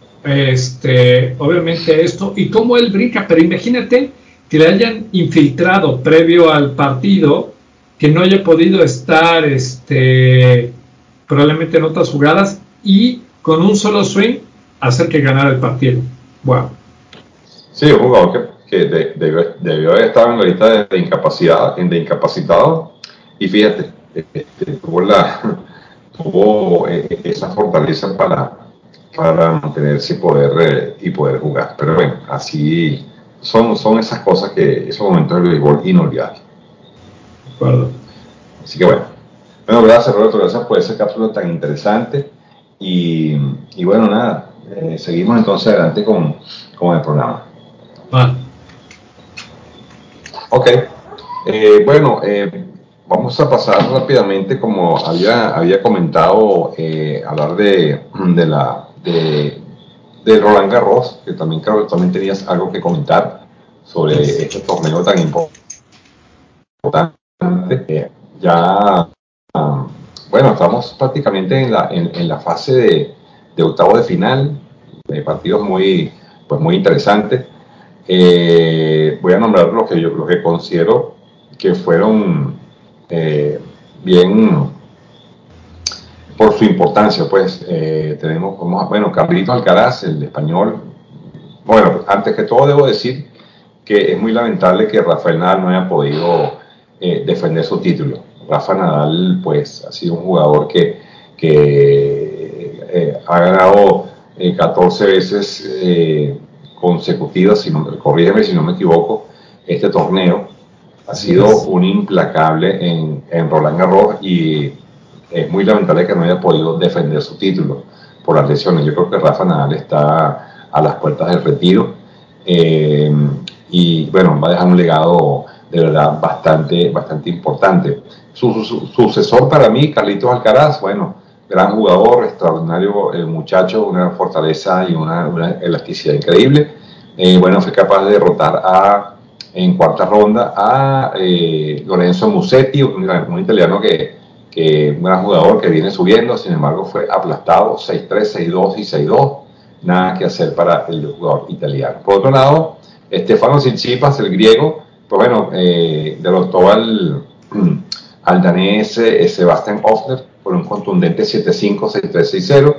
este, obviamente esto y cómo él brinca, pero imagínate que le hayan infiltrado previo al partido, que no haya podido estar este, probablemente en otras jugadas y con un solo swing hacer que ganara el partido. Wow. Sí, un jugador que, que de, de, debió haber estado en la lista de, de incapacidad, de incapacitado, y fíjate, este, tuvo, la, tuvo eh, esa fortaleza para, para mantenerse y poder, eh, y poder jugar. Pero bueno, así son, son esas cosas que, esos momentos del béisbol inolvidables. De acuerdo. Así que bueno, bueno, gracias Roberto, gracias por esa cápsula tan interesante. Y, y bueno, nada, eh, seguimos entonces adelante con, con el programa. Ah. Ok, eh, bueno, eh, vamos a pasar rápidamente, como había, había comentado, eh, hablar de, de la de, de Roland Garros, que también creo que también tenías algo que comentar sobre Yes. este torneo tan importante. Eh, ya, um, bueno, estamos prácticamente en la, en, en la fase de, de octavo de final, de partidos muy, pues muy interesantes. Eh, voy a nombrar lo que yo lo que considero que fueron eh, bien por su importancia, pues eh, tenemos como, bueno, Carlitos Alcaraz, el español. Bueno, antes que todo debo decir que es muy lamentable que Rafael Nadal no haya podido eh, defender su título. Rafa Nadal, pues, ha sido un jugador que, que eh, ha ganado eh, catorce veces eh, consecutivas, si no, corrígeme si no me equivoco, este torneo. Ha sido Yes. un implacable en, en Roland Garros y es muy lamentable que no haya podido defender su título por las lesiones. Yo creo que Rafa Nadal está a las puertas del retiro eh, y bueno, va a dejar un legado de verdad bastante, bastante importante. Su, su, su sucesor para mí, Carlitos Alcaraz, bueno, gran jugador, extraordinario eh, muchacho, una fortaleza y una, una elasticidad increíble. Eh, bueno, fue capaz de derrotar a en cuarta ronda a eh, Lorenzo Musetti, un, un italiano que, que un gran jugador que viene subiendo, sin embargo fue aplastado seis tres, seis dos y seis dos, nada que hacer para el jugador italiano. Por otro lado, Stefano Tsitsipas, el griego, pues bueno, eh, derrotó al, al danés eh, Sebastian Ofner por un contundente siete cinco, seis tres, seis cero.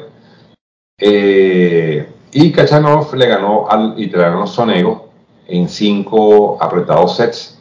Eh, y Kachanov le ganó al italiano Sonego en cinco apretados sets.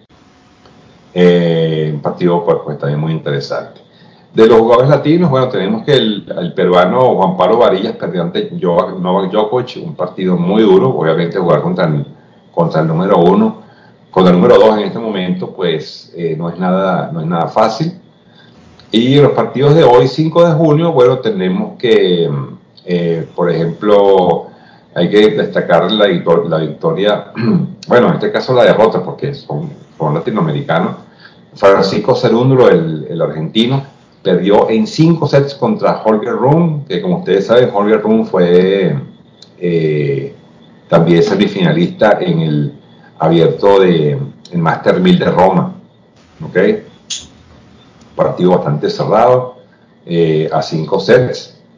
Eh, un partido pues, pues también muy interesante. De los jugadores latinos, bueno, tenemos que el, el peruano Juan Pablo Varillas perdió ante Novak Djokovic, un partido muy duro, obviamente jugar contra el, contra el número uno, contra el número dos en este momento, pues eh, no, es nada, no es nada fácil. Y los partidos de hoy, cinco de junio, bueno, tenemos que, eh, por ejemplo, hay que destacar la, la victoria, bueno, en este caso la derrota, porque son, son latinoamericanos. Francisco Cerúndolo, el, el argentino, perdió en cinco sets contra Holger Rune, que como ustedes saben, Holger Rune fue eh, también semifinalista en el abierto de el Master mil de Roma. ¿Ok? Partido bastante cerrado, eh, a cinco sets.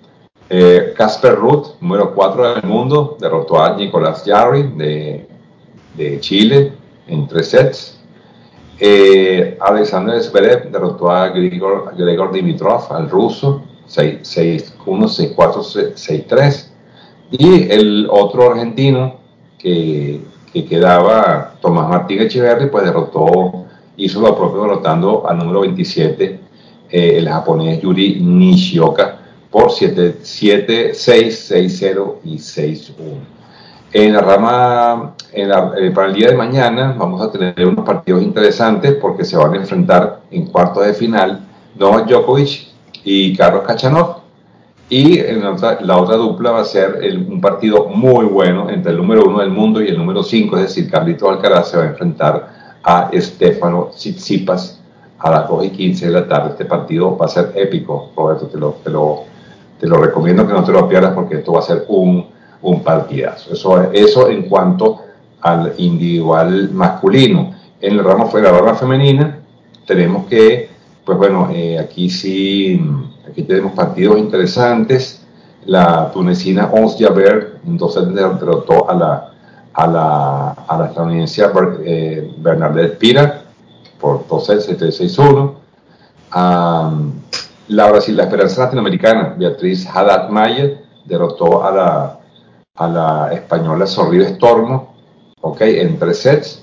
Eh, Casper Ruud, número cuatro del mundo, derrotó a Nicolás Jarry de, de Chile en tres sets. Eh, Alexander Zverev derrotó a Grigor, Gregor Dimitrov, al ruso, seis uno, seis cuatro, seis tres. Y el otro argentino que, que quedaba, Tomás Martín Echeverry, pues derrotó, hizo lo propio derrotando al número veintisiete, eh, el japonés Yuri Nishioka, por siete seis, seis cero y seis uno. En la rama, en la, eh, para el día de mañana vamos a tener unos partidos interesantes porque se van a enfrentar en cuartos de final Novak Djokovic y Carlos Khachanov. Y en la, otra, la otra dupla va a ser el, un partido muy bueno entre el número uno del mundo y el número cinco, es decir, Carlitos Alcaraz se va a enfrentar a Stefano Tsitsipas a las dos y quince de la tarde. Este partido va a ser épico, Roberto, te lo, te lo, te lo recomiendo que no te lo pierdas porque esto va a ser un, un partidazo. Eso, eso en cuanto al individual masculino. En la rama, la rama femenina tenemos que, pues bueno, eh, aquí sí, aquí tenemos partidos interesantes. La tunecina Ons Jabeur en dos sets derrotó a la, a la, a la estadounidense eh, Bernadette Pira por dos sets, siete seis uno. Um, la, Brasil, la esperanza latinoamericana Beatriz Haddad Mayer derrotó a la, a la española Sorribes Tormo, okay, en tres sets.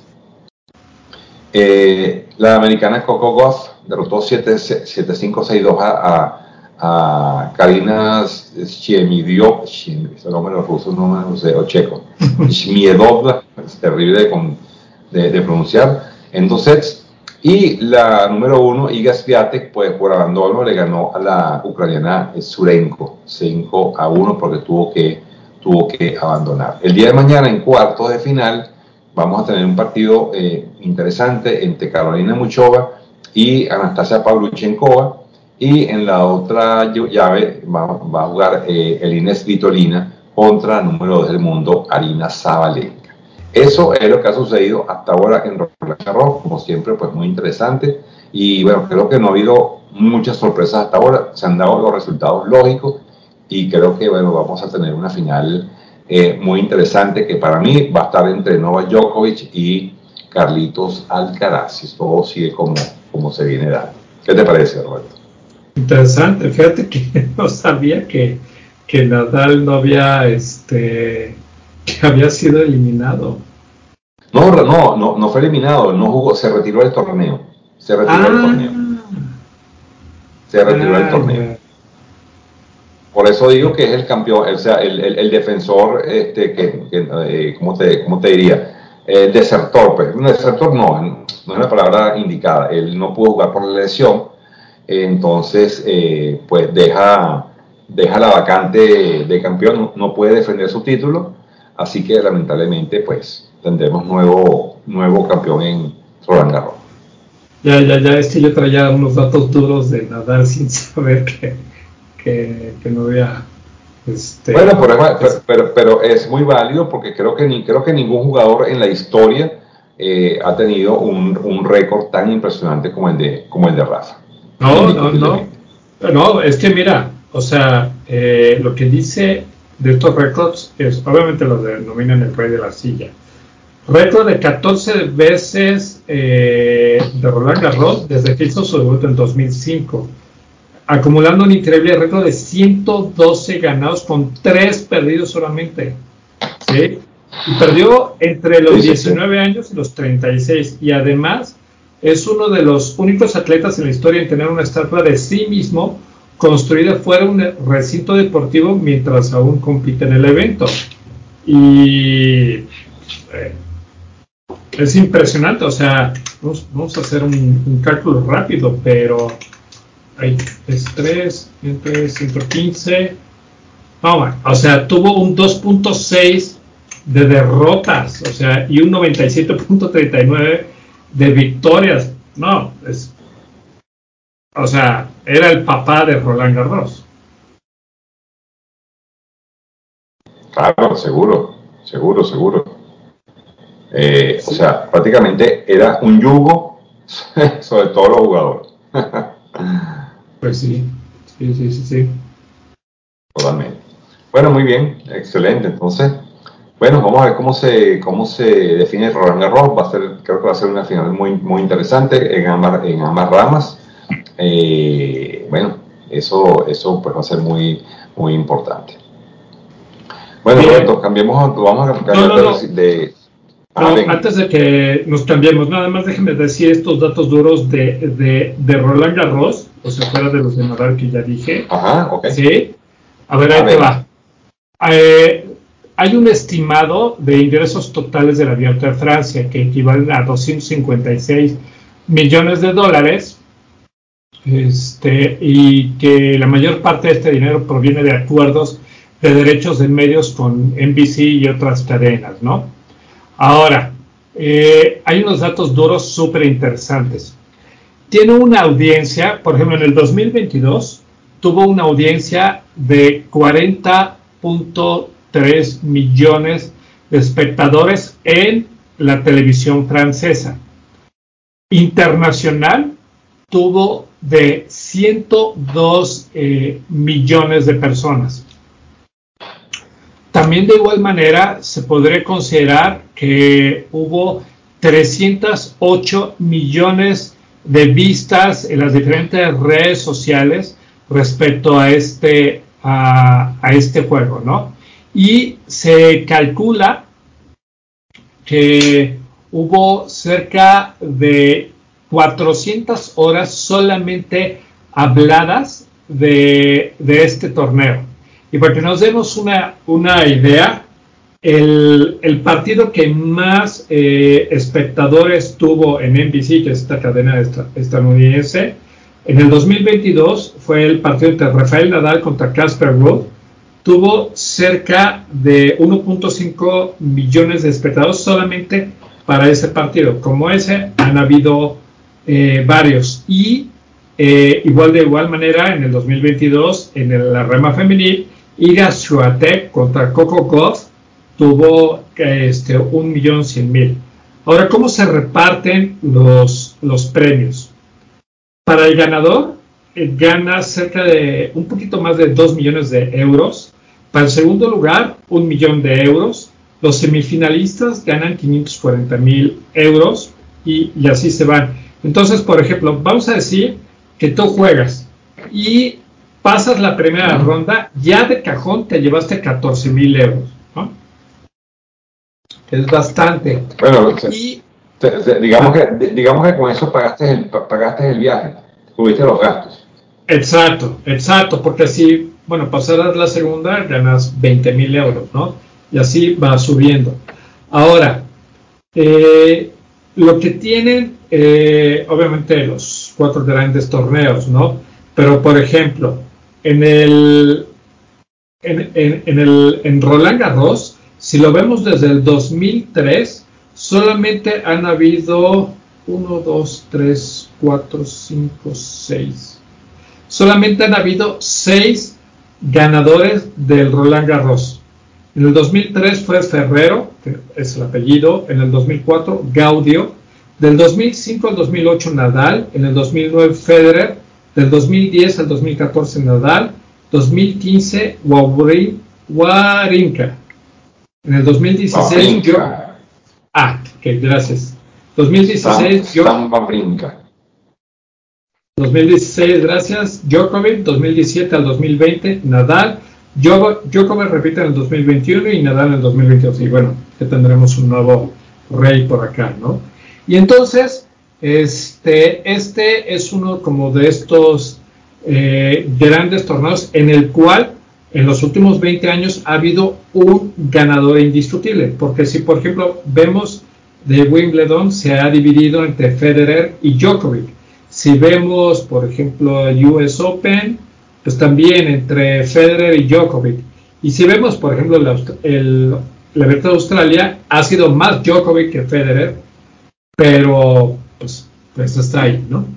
Eh, la americana Coco Gauff derrotó siete cinco seis dos a, a, a Karina Shemidiov, ese nombre los rusos no sé, o checo, Shmiedovna, es terrible de, de, de pronunciar, en dos sets. Y la número uno, Iga Swiatek, pues por abandono le ganó a la ucraniana Surenko cinco a uno porque tuvo que, tuvo que abandonar. El día de mañana, en cuartos de final, vamos a tener un partido eh, interesante entre Carolina Muchova y Anastasia Pavlyuchenkova. Y en la otra llave va, va a jugar eh, Elina Svitolina contra el número dos del mundo, Arina Sabalenka. Eso es lo que ha sucedido hasta ahora en Roland Garros, como siempre, pues muy interesante. Y bueno, creo que no ha habido muchas sorpresas hasta ahora, se han dado los resultados lógicos y creo que bueno, vamos a tener una final eh, muy interesante que para mí va a estar entre Novak Djokovic y Carlitos Alcaraz, si todo sigue como, como se viene dando. ¿Qué te parece, Roberto? Interesante, fíjate que no sabía que, que Nadal no había este que había sido eliminado. No, no, no, no fue eliminado, no jugó, se retiró del torneo. Se retiró ah, del torneo. Se retiró ah, del torneo. ya. Por eso digo que es el campeón, o sea, el, el, el defensor, este, que, que eh, ¿cómo, te, ¿cómo te diría? El desertor, pues, un desertor no, no es la palabra indicada. Él no pudo jugar por la lesión, entonces, eh, pues deja, deja la vacante de campeón, no puede defender su título, así que lamentablemente, pues, tendremos nuevo, nuevo campeón en Roland Garros. Ya, ya, ya, es que yo traía unos datos duros de Nadal sin saber que, que, que no había. Este, bueno, pero, pero, pero, pero es muy válido porque creo que, ni, creo que ningún jugador en la historia eh, ha tenido un, un récord tan impresionante como el de, como el de Rafa. No, no, no. No, es que mira, o sea, eh, lo que dice de estos récords es, obviamente lo denominan el rey de la silla. Récord de catorce veces eh, de Roland Garros desde que hizo su debut en dos mil cinco, acumulando un increíble récord de ciento doce ganados con tres perdidos solamente. ¿Sí? Y perdió entre los diecinueve años y los treinta y seis. Y además es uno de los únicos atletas en la historia en tener una estatua de sí mismo construida fuera de un recinto deportivo mientras aún compite en el evento. Y eh, es impresionante, o sea, vamos, vamos a hacer un, un cálculo rápido, pero hay tres entre ciento quince. No, o sea, tuvo un dos punto seis de derrotas, o sea, y un noventa y siete punto treinta y nueve de victorias. No, es, o sea, era el papá de Roland Garros. Claro, seguro, seguro, seguro. Eh, sí. O sea, prácticamente era un yugo sobre todos los jugadores. Pues sí, sí, sí, sí, sí. totalmente. Bueno, muy bien, excelente. Entonces, bueno, vamos a ver cómo se, cómo se define Roland Garros. Va a ser, creo que va a ser una final muy, muy interesante en ambas, en ambas ramas. Eh, bueno, eso, eso pues va a ser muy, muy importante. Bueno, Bien. Roberto, cambiemos, vamos a cambiar No, no, no. de, de No, ah, antes de que nos cambiemos, nada más déjenme decir estos datos duros de, de, de Roland Garros, o sea, fuera de los de Nadal que ya dije. ajá, ok. Sí. A ver, Ah, ahí te venga. va. Eh, hay un estimado de ingresos totales de la Abierto de Francia que equivalen a doscientos cincuenta y seis millones de dólares, este, y que la mayor parte de este dinero proviene de acuerdos de derechos de medios con N B C y otras cadenas, ¿no? Ahora, eh, hay unos datos duros súper interesantes. Tiene una audiencia, por ejemplo, en el dos mil veintidós tuvo una audiencia de cuarenta punto tres millones de espectadores en la televisión francesa. Internacional tuvo de ciento dos eh, millones de personas. También de igual manera se podría considerar que hubo trescientos ocho millones de vistas en las diferentes redes sociales respecto a este, a, a este juego, ¿no? Y se calcula que hubo cerca de cuatrocientas horas solamente habladas de, de este torneo. Y para que nos demos una, una idea, el, el partido que más eh, espectadores tuvo en N B C, que es esta cadena estadounidense, en el dos mil veintidós fue el partido entre Rafael Nadal contra Casper Ruud. Tuvo cerca de uno punto cinco millones de espectadores solamente para ese partido. Como ese, han habido eh, varios. Y eh, igual de igual manera, en el dos mil veintidós, en el, la rama femenil, Iga Swiatek contra Coco Gauff tuvo este, un millón cien mil. Ahora, ¿cómo se reparten los, los premios? Para el ganador, eh, gana cerca de un poquito más de dos millones de euros. Para el segundo lugar, un millón de euros. Los semifinalistas ganan quinientos cuarenta mil euros y, y así se van. Entonces, por ejemplo, vamos a decir que tú juegas y pasas la primera ronda, ya de cajón te llevaste catorce mil euros, ¿no? Es bastante. Bueno, Y se, se, digamos, que, digamos que con eso pagaste el, pagaste el viaje, tuviste los gastos. Exacto, exacto, porque así, bueno, pasaras la segunda, ganas veinte mil euros, ¿no? Y así va subiendo. Ahora, eh, lo que tienen, eh, obviamente, los cuatro grandes torneos, ¿no? Pero, por ejemplo, en el, en, en, en el en Roland Garros, si lo vemos desde el dos mil tres, solamente han habido uno, dos, tres, cuatro, cinco, seis. Solamente han habido seis ganadores del Roland Garros. En el dos mil tres fue Ferrero, que es el apellido. En el dos mil cuatro, Gaudio. Del dos mil cinco al dos mil ocho, Nadal. En el dos mil nueve, Federer. Del dos mil diez al dos mil catorce, Nadal. dos mil quince, Wawrinka. En el dos mil dieciséis, yo... Ah, ok, gracias. dos mil dieciséis, yo... Wawrinka. dos mil dieciséis, gracias. Djokovic, dos mil diecisiete al dos mil veinte, Nadal. Djokovic repite en el dos mil veintiuno y Nadal en el dos mil veintidós. Y bueno, que tendremos un nuevo rey por acá, ¿no? Y entonces, este, este es uno como de estos eh, grandes torneos en el cual en los últimos veinte años ha habido un ganador indiscutible. Porque si, por ejemplo, vemos de Wimbledon, se ha dividido entre Federer y Djokovic. Si vemos, por ejemplo, el U S Open, pues también entre Federer y Djokovic. Y si vemos, por ejemplo, el, el, la Abierto de Australia, ha sido más Djokovic que Federer, pero pues, pues está ahí, ¿no?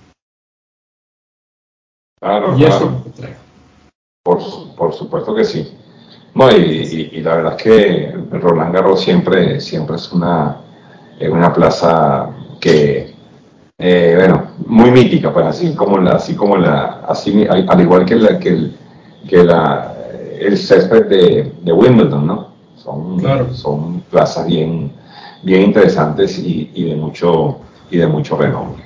Claro, y eso claro. Por, por supuesto que sí. No, y, y, y la verdad es que Roland Garros siempre, siempre es una, es una plaza que, eh, bueno, muy mítica, pues así como la, así como la, así al igual que la, que, el, que la, el césped de, de Wimbledon, ¿no? Son, Claro. son plazas bien, bien interesantes y, y, de mucho, y de mucho renombre.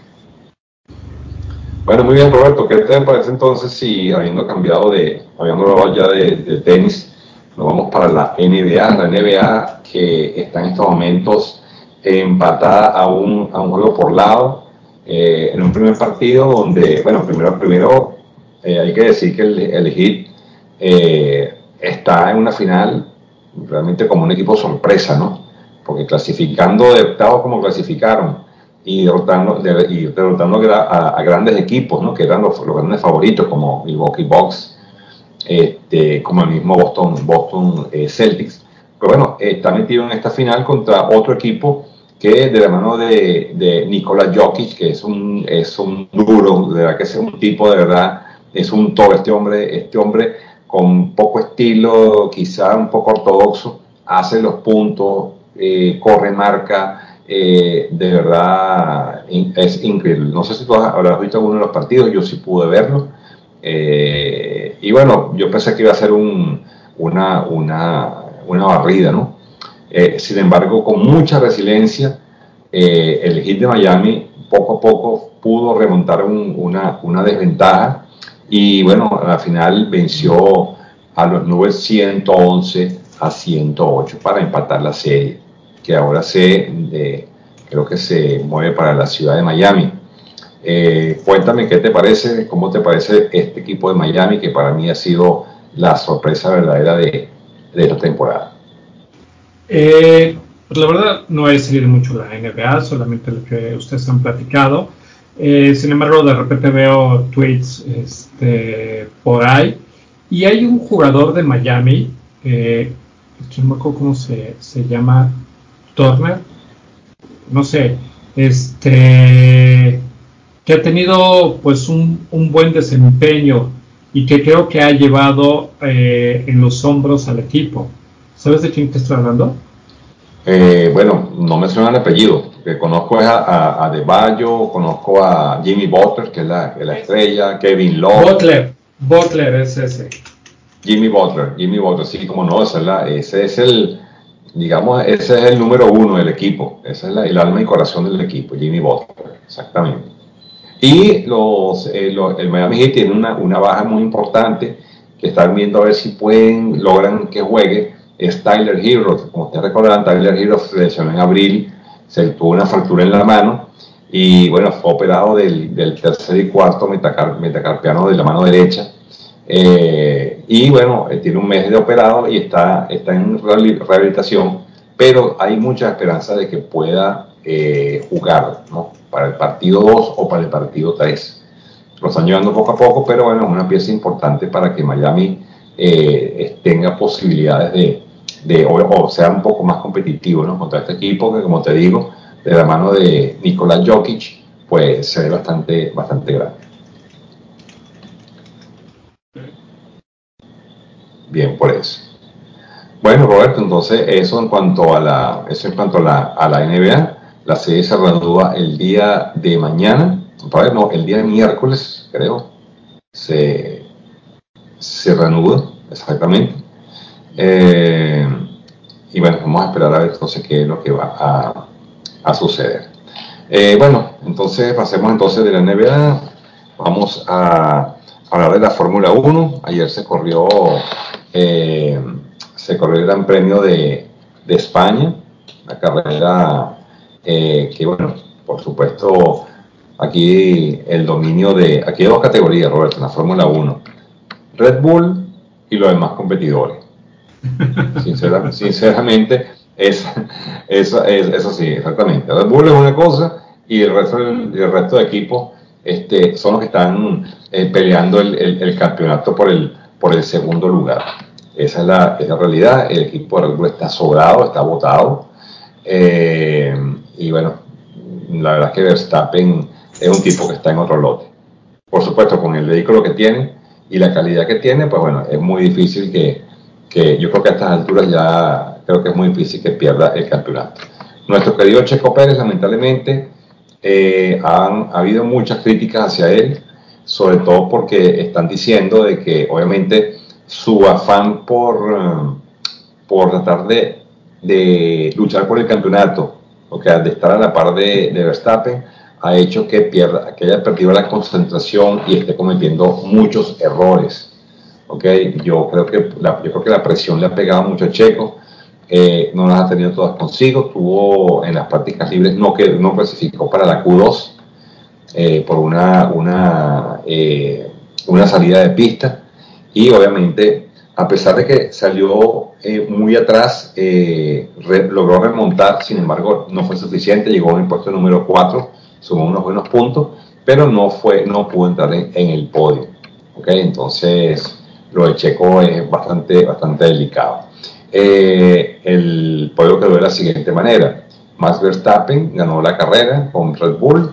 Bueno, muy bien, Roberto, ¿qué te parece entonces si, habiendo cambiado de, habiendo hablado ya de, de tenis, nos vamos para la N B A, la N B A que está en estos momentos empatada a un, a un juego por lado, eh, en un primer partido donde, bueno, primero, primero eh, hay que decir que el, el Heat eh, está en una final realmente como un equipo sorpresa, ¿no? Porque clasificando de octavo como clasificaron, y derrotando, de, y derrotando a, a, grandes equipos, ¿no? Que eran los, los grandes favoritos, como Milwaukee Bucks, este, como el mismo Boston, Boston eh, Celtics. Pero bueno, eh, está metido en esta final contra otro equipo que de la mano de, de Nikola Jokic, que es un, es un duro, de verdad que es un tipo de verdad, es un todo este hombre, este hombre con poco estilo, quizá un poco ortodoxo, hace los puntos, eh, corre, marca, eh, de verdad es increíble. No sé si tú habrás visto alguno de los partidos, yo sí pude verlo. Eh, y bueno, yo pensé que iba a ser un, una, una, una barrida, ¿no? Eh, sin embargo, con mucha resiliencia, eh, el Heat de Miami poco a poco pudo remontar un, una, una desventaja y bueno, al final venció a los Nubes ciento once a ciento ocho para empatar la serie, que ahora se, eh, creo que se mueve para la ciudad de Miami. Eh, cuéntame qué te parece, cómo te parece este equipo de Miami, que para mí ha sido la sorpresa verdadera de, de esta temporada. Eh, pues la verdad no he seguido mucho la N B A, solamente lo que ustedes han platicado. Eh, sin embargo, de repente veo tweets este, por ahí y hay un jugador de Miami, eh, no me acuerdo cómo se, se llama, Turner, no sé, este, que ha tenido pues un, un buen desempeño y que creo que ha llevado eh, en los hombros al equipo. ¿Sabes de quién te estoy hablando? Eh, bueno, no me suena el apellido, que conozco a, a, a De Bayo, conozco a Jimmy Butler, que es la, que es la estrella, Kevin Love. Butler, Butler es ese. Jimmy Butler, Jimmy Butler, sí, como no, esa es la, ese es el, digamos, ese es el número uno del equipo, ese es la, el alma y corazón del equipo, Jimmy Butler, exactamente. Y los, eh, los, el Miami Heat tiene una, una baja muy importante que están viendo a ver si pueden, logran que juegue, es Tyler Herro. Como ustedes recordarán, Tyler Herro se lesionó en abril, se tuvo una fractura en la mano y bueno, fue operado del, del tercer y cuarto metacar, metacarpiano de la mano derecha. Eh, y bueno, eh, tiene un mes de operado y está, está en rehabilitación, pero hay mucha esperanza de que pueda eh, jugar, ¿no? Para el partido dos o para el partido tres. Lo están llevando poco a poco, pero bueno, es una pieza importante para que Miami eh, tenga posibilidades de, de o, o, sea un poco más competitivo, ¿no? Contra este equipo que, como te digo, de la mano de Nikola Jokic, pues se ve bastante, bastante grande. Bien, por eso. Bueno, Roberto, entonces eso en cuanto a la, eso en cuanto a la, a la N B A, la serie se reanuda el día de mañana, no, el día de miércoles, creo, se, se reanuda, exactamente. Eh, y bueno, vamos a esperar a ver entonces qué es lo que va a, a suceder. Eh, bueno, entonces pasemos entonces de la N B A, vamos a hablar de la Fórmula uno. Ayer se corrió, eh, se corrió el Gran Premio de, de España, una carrera eh, que, bueno, por supuesto, aquí el dominio de, aquí hay dos categorías, Roberto, en la Fórmula uno, Red Bull y los demás competidores. Sincera, sinceramente, es, es, es, eso sí, exactamente. Red Bull es una cosa y el resto, el, el resto de equipos este, son los que están eh, peleando el, el, el campeonato por el, por el segundo lugar. Esa es la, es la realidad. El equipo de Red Bull está sobrado, está botado. Eh, y bueno, la verdad es que Verstappen es un tipo que está en otro lote. Por supuesto, con el vehículo que tiene y la calidad que tiene, pues bueno, es muy difícil que, que yo creo que a estas alturas ya creo que es muy difícil que pierda el campeonato. Nuestro querido Checo Pérez, lamentablemente, eh, han ha habido muchas críticas hacia él, sobre todo porque están diciendo de que obviamente su afán por, uh, por tratar de, de luchar por el campeonato, o sea, de estar a la par de, de Verstappen, ha hecho que, pierda, que haya perdido la concentración y esté cometiendo muchos errores. Okay, yo creo que la, yo creo que la presión le ha pegado mucho a Checo, eh, no las ha tenido todas consigo, tuvo en las prácticas libres, no, que, no clasificó para la Q dos eh, por una, una, eh, una salida de pista, y obviamente a pesar de que salió eh, muy atrás, eh, re, logró remontar, sin embargo no fue suficiente, llegó en el puesto número cuatro, sumó unos buenos puntos, pero no, fue, no pudo entrar en, en el podio. Okay, entonces lo de Checo es bastante, bastante delicado. Eh, el podio quedó de la siguiente manera: Max Verstappen ganó la carrera con Red Bull,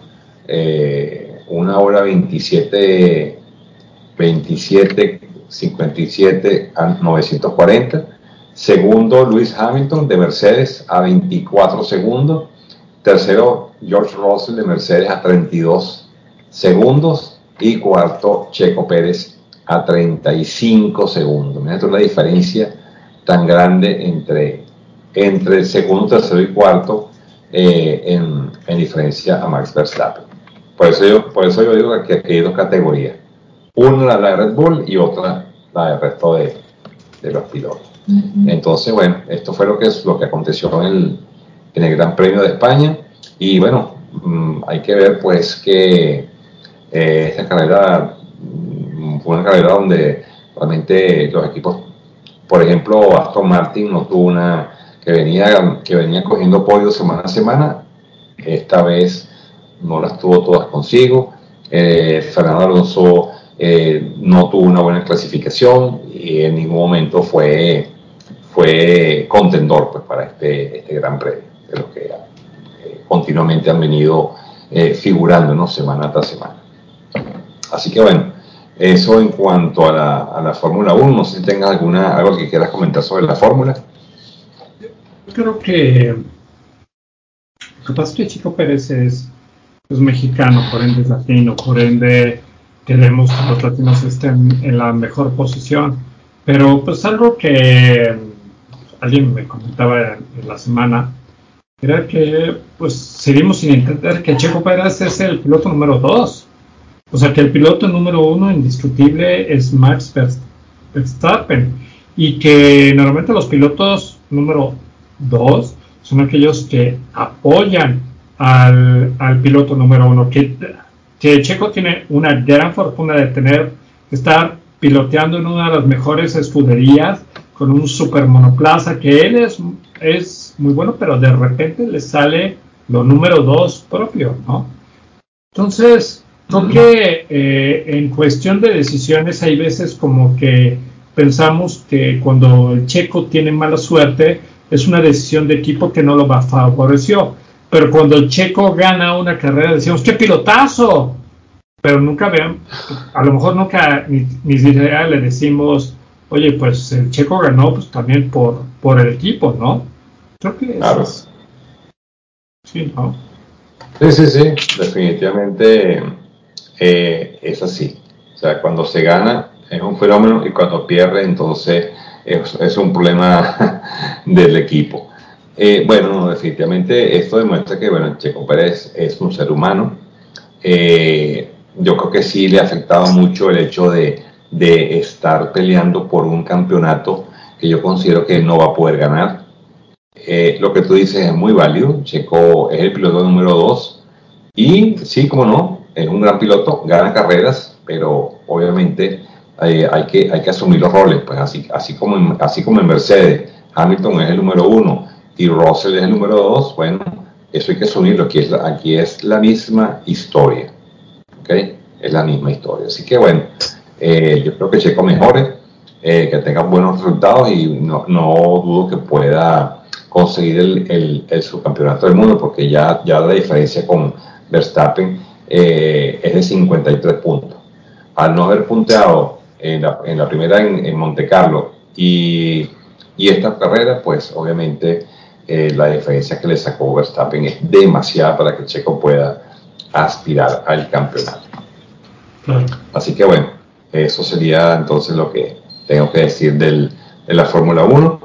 eh, una hora veintisiete, veintisiete, cincuenta y siete a novecientos cuarenta. Segundo, Lewis Hamilton de Mercedes a veinticuatro segundos. Tercero, George Russell de Mercedes a treinta y dos segundos. Y cuarto, Checo Pérez a treinta y cinco segundos. Imagínate la diferencia tan grande entre, entre el segundo, tercero y cuarto eh, en, en diferencia a Max Verstappen. Por eso yo, por eso yo digo que aquí hay dos categorías. Una la de Red Bull y otra la del resto de, de los pilotos. Uh-huh. Entonces, bueno, esto fue lo que, lo que aconteció en el, en el Gran Premio de España. Y bueno, mmm, hay que ver pues que Eh, esta carrera fue una carrera donde realmente los equipos, por ejemplo Aston Martin no tuvo una, que venía, que venía cogiendo podios semana a semana, esta vez no las tuvo todas consigo. eh, Fernando Alonso eh, no tuvo una buena clasificación y en ningún momento fue, fue contendor pues, para este, este Gran Premio, de los que eh, continuamente han venido eh, figurando, ¿no? Semana tras semana. Así que bueno, eso en cuanto a la, a la Fórmula uno. No sé si tengas alguna, algo que quieras comentar sobre la Fórmula. Yo creo que lo que pasa es que Checo Pérez es, es mexicano, por ende es latino, por ende queremos que los latinos estén en la mejor posición. Pero pues algo que alguien me comentaba en, en la semana era que pues seguimos sin entender que Checo Pérez es el piloto número dos. O sea que el piloto número uno indiscutible es Max Verstappen y que normalmente los pilotos número dos son aquellos que apoyan al, al piloto número uno, que, que Checo tiene una gran fortuna de tener, estar piloteando en una de las mejores escuderías con un super monoplaza, que él es, es muy bueno, pero de repente le sale lo número dos propio, ¿no? Entonces creo que eh, en cuestión de decisiones hay veces como que pensamos que cuando el Checo tiene mala suerte es una decisión de equipo que no lo favoreció, pero cuando el Checo gana una carrera decimos ¡qué pilotazo! Pero nunca vean, a lo mejor nunca ni, ni siquiera le decimos oye, pues el Checo ganó pues también por, por el equipo, ¿no? Creo que claro. Es sí, ¿no? Sí, sí, sí, definitivamente eh, es así. O sea, cuando se gana es un fenómeno y cuando pierde entonces es, es un problema del equipo. Eh, bueno, definitivamente esto demuestra que bueno, Checo Pérez es un ser humano. Eh, yo creo que sí le ha afectado mucho el hecho de, de estar peleando por un campeonato que yo considero que no va a poder ganar. Eh, lo que tú dices es muy válido. Checo es el piloto número dos y sí, como no, es un gran piloto, gana carreras, pero obviamente eh, hay, que, hay que asumir los roles, pues así, así, como en, así como en Mercedes Hamilton es el número uno y Russell es el número dos, bueno, eso hay que asumirlo. Aquí es la, aquí es la misma historia, ¿okay? Es la misma historia, así que bueno, eh, yo creo que Checo mejore, eh, que tenga buenos resultados y no, no dudo que pueda conseguir el, el, el subcampeonato del mundo, porque ya, ya la diferencia con Verstappen eh, es de cincuenta y tres puntos. Al no haber punteado en la, en la primera en, en Monte Carlo y, y esta carrera, pues obviamente eh, la diferencia que le sacó Verstappen es demasiada para que Checo pueda aspirar al campeonato. Así que bueno, eso sería entonces lo que tengo que decir del, de la Fórmula uno.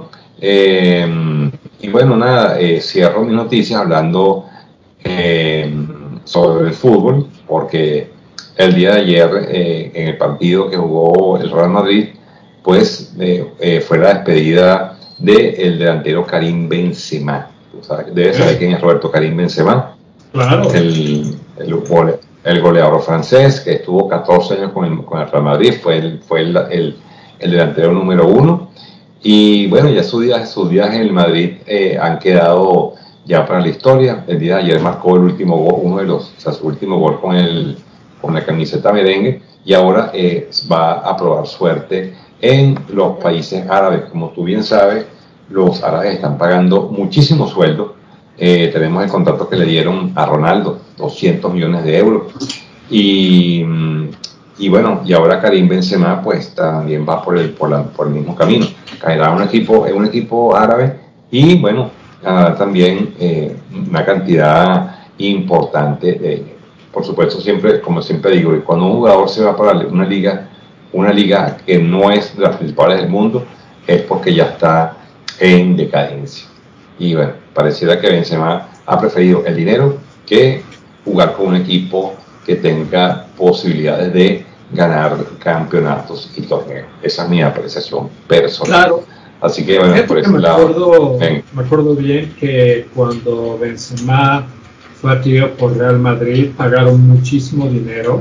Eh, y bueno, nada, eh, cierro mis noticias hablando eh, sobre el fútbol, porque el día de ayer, eh, en el partido que jugó el Real Madrid, pues eh, eh, fue la despedida del delantero Karim Benzema. Tú sabes, debes saber quién es Roberto Karim Benzema. Claro. El, el, el goleador francés que estuvo catorce años con el, con el Real Madrid, fue el, fue el, el, el delantero número uno. Y bueno, ya sus días, sus días en el Madrid eh, han quedado ya para la historia. El día de ayer marcó el último gol, uno de los, o sea, su último gol con, el, con la camiseta merengue, y ahora eh, va a probar suerte en los países árabes. Como tú bien sabes, los árabes están pagando muchísimo sueldo. Eh, tenemos el contrato que le dieron a Ronaldo, doscientos millones de euros. Y, y bueno, y ahora Karim Benzema pues también va por el, por la, por el mismo camino. Caerá un equipo, un equipo árabe y bueno, uh, también eh, una cantidad importante de, por supuesto, siempre, como siempre digo, cuando un jugador se va para una liga, una liga que no es de las principales del mundo, es porque ya está en decadencia. Y bueno, pareciera que Benzema ha preferido el dinero que jugar con un equipo que tenga posibilidades de ganar campeonatos y torneos. Esa es mi apreciación personal. Claro. Así que bueno, Fíjate por que ese me lado. acuerdo, me acuerdo bien que cuando Benzema fue adquirido por Real Madrid pagaron muchísimo dinero.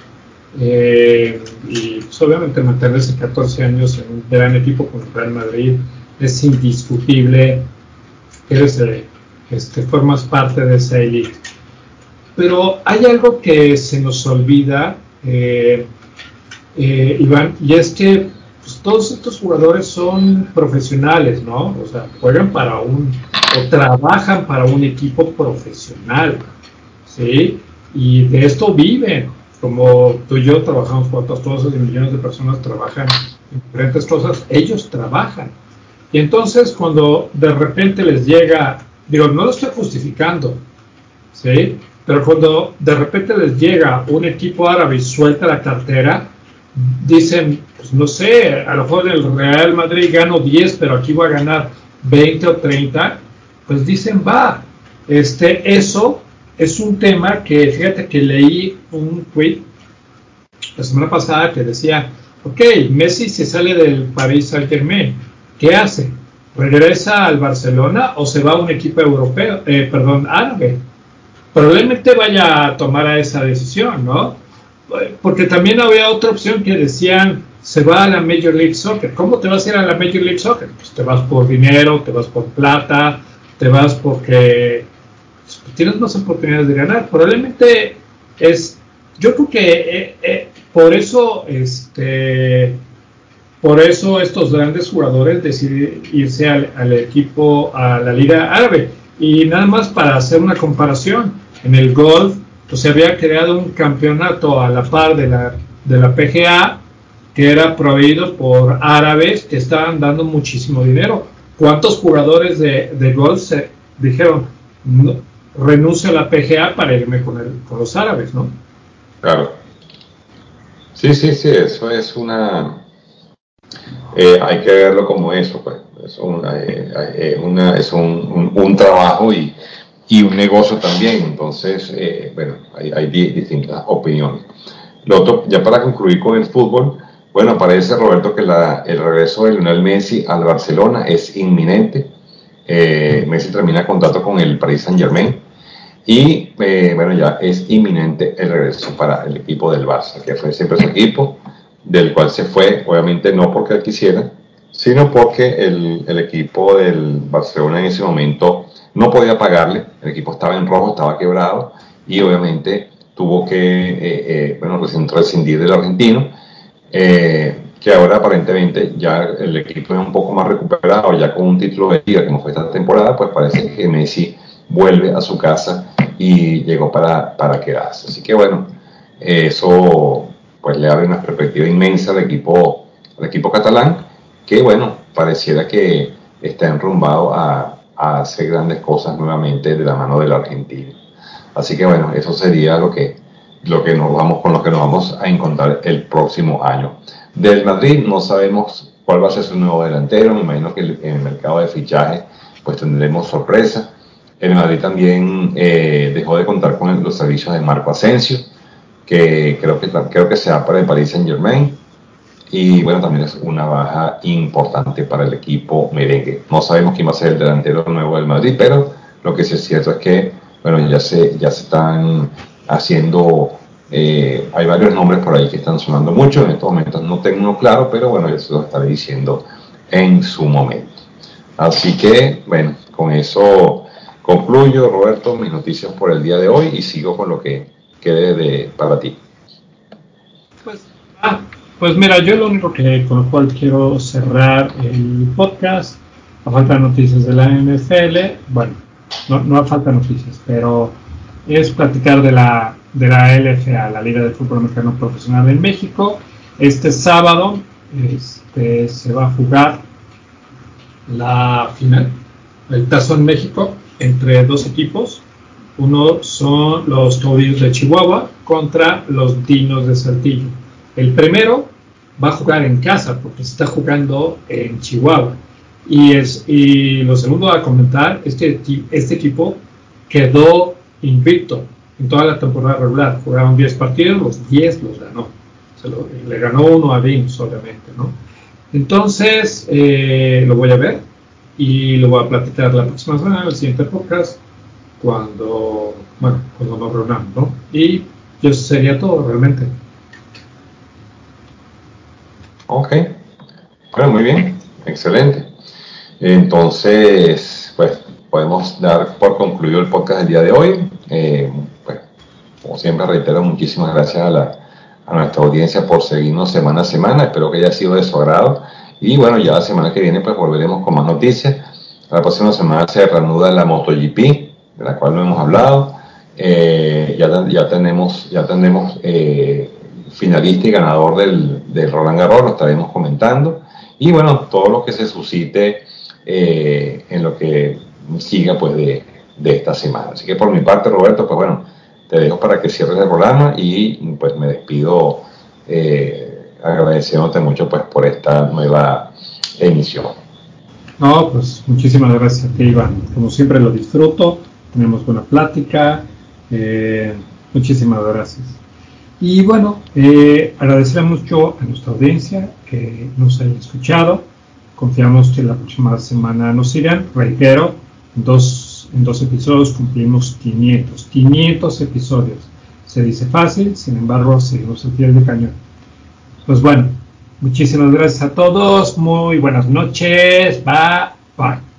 Eh, y pues, obviamente mantenerse catorce años en un gran equipo como el Real Madrid es indiscutible. Eres, eh, este, formas parte de esa élite. Pero hay algo que se nos olvida, eh, eh, Iván, y es que pues, todos estos jugadores son profesionales, ¿no? O sea, juegan para un, o trabajan para un equipo profesional, ¿sí? Y de esto viven, como tú y yo trabajamos por otras cosas y millones de personas trabajan en diferentes cosas, ellos trabajan. Y entonces cuando de repente les llega, digo, no lo estoy justificando, ¿sí? Pero cuando de repente les llega un equipo árabe y suelta la cartera, dicen, pues no sé, a lo mejor el Real Madrid gano diez, pero aquí voy a ganar veinte o treinta, pues dicen, va, este, eso es un tema que, fíjate que leí un tweet la semana pasada que decía, ok, Messi se sale del Paris Saint-Germain, ¿qué hace? ¿Regresa al Barcelona o se va a un equipo europeo, eh, perdón, árabe? Probablemente vaya a tomar a esa decisión, ¿no? Porque también había otra opción que decían, se va a la Major League Soccer. ¿Cómo te vas a ir a la Major League Soccer? Pues te vas por dinero, te vas por plata, te vas porque tienes más oportunidades de ganar. Probablemente es, yo creo que eh, eh, por eso, este, por eso estos grandes jugadores deciden irse al, al equipo, a la Liga Árabe. Y nada más para hacer una comparación, en el golf pues, se había creado un campeonato a la par de la, de la P G A que era proveído por árabes que estaban dando muchísimo dinero. ¿Cuántos jugadores de, de golf se dijeron, no, renuncio a la P G A para irme con, el, con los árabes, ¿no? Claro. Sí, sí, sí, eso es una... Eh, hay que verlo como eso, pues. Es, una, eh, una, es un, un, un trabajo y, y un negocio también. Entonces, eh, bueno, hay, hay distintas opiniones. Lo otro, ya para concluir con el fútbol, bueno, parece, Roberto, que la, el regreso de Lionel Messi al Barcelona es inminente. Eh, Messi termina contrato con el Paris Saint-Germain y, eh, bueno, ya es inminente el regreso para el equipo del Barça, que fue siempre su equipo, del cual se fue, obviamente no porque él quisiera, sino porque el, el equipo del Barcelona en ese momento no podía pagarle, el equipo estaba en rojo, estaba quebrado, y obviamente tuvo que, eh, eh, bueno, rescindir del argentino, eh, que ahora aparentemente ya el equipo es un poco más recuperado, ya con un título de liga como fue esta temporada, pues parece que Messi vuelve a su casa y llegó para, para quedarse. Así que bueno, eso pues le abre una perspectiva inmensa al equipo, al equipo catalán, que bueno, pareciera que está enrumbado a, a hacer grandes cosas nuevamente de la mano del argentino. Así que bueno, eso sería lo que, lo que nos vamos, con lo que nos vamos a encontrar el próximo año. Del Madrid no sabemos cuál va a ser su nuevo delantero. Me imagino que en el mercado de fichajes pues tendremos sorpresa. El Madrid también eh, dejó de contar con los servicios de Marco Asensio, que creo que, creo que se va para el Paris Saint-Germain. Y bueno, también es una baja importante para el equipo merengue. No sabemos quién va a ser el delantero nuevo del Madrid, pero lo que sí es cierto es que bueno, ya se, ya se están haciendo, eh, hay varios nombres por ahí que están sonando mucho. En estos momentos no tengo uno claro, pero bueno, ya se lo estaré diciendo en su momento. Así que, bueno, con eso concluyo, Roberto, mis noticias por el día de hoy y sigo con lo que quede de, para ti. Pues, ah, pues mira, yo lo único que con lo cual quiero cerrar el podcast, a falta de noticias de la N F L, bueno, no, no a falta de noticias, pero es platicar de la, de la L F A, la Liga de Fútbol Americano Profesional en México. Este sábado este, se va a jugar la final, el Tazón México, entre dos equipos. Uno son los Toros de Chihuahua contra los Dinos de Saltillo. El primero va a jugar en casa porque se está jugando en Chihuahua. Y, es, y lo segundo a comentar es que este equipo quedó invicto en toda la temporada regular. Jugaron diez partidos, los diez los ganó. Se lo, le ganó uno a Dinos, obviamente, ¿no? Entonces, eh, lo voy a ver y lo voy a platicar la próxima semana en el siguiente podcast cuando, bueno, cuando nos reunamos, ¿no? Y eso sería todo realmente. Ok, bueno, muy bien, excelente. Entonces, pues podemos dar por concluido el podcast del día de hoy. Eh, pues, como siempre reitero, muchísimas gracias a, la, a nuestra audiencia por seguirnos semana a semana. Espero que haya sido de su agrado. Y bueno, ya la semana que viene pues volveremos con más noticias. La próxima semana se reanuda la MotoGP, de la cual no hemos hablado. Eh, ya, ya tenemos, ya tenemos eh, finalista y ganador del, del Roland Garros, lo estaremos comentando. Y bueno, todo lo que se suscite eh, en lo que siga pues de, de esta semana. Así que por mi parte, Roberto, pues bueno, te dejo para que cierres el programa y pues me despido eh, agradeciéndote mucho pues por esta nueva emisión. No, pues muchísimas gracias a ti, Iván. Como siempre lo disfruto, tenemos buena plática, eh, muchísimas gracias. Y bueno, eh, agradecer mucho a nuestra audiencia que nos haya escuchado. Confiamos que la próxima semana nos sigan. Reitero, en dos, en dos episodios cumplimos quinientos. quinientos episodios. Se dice fácil, sin embargo, seguimos al pie del cañón. Pues bueno, muchísimas gracias a todos. Muy buenas noches. Bye. Bye.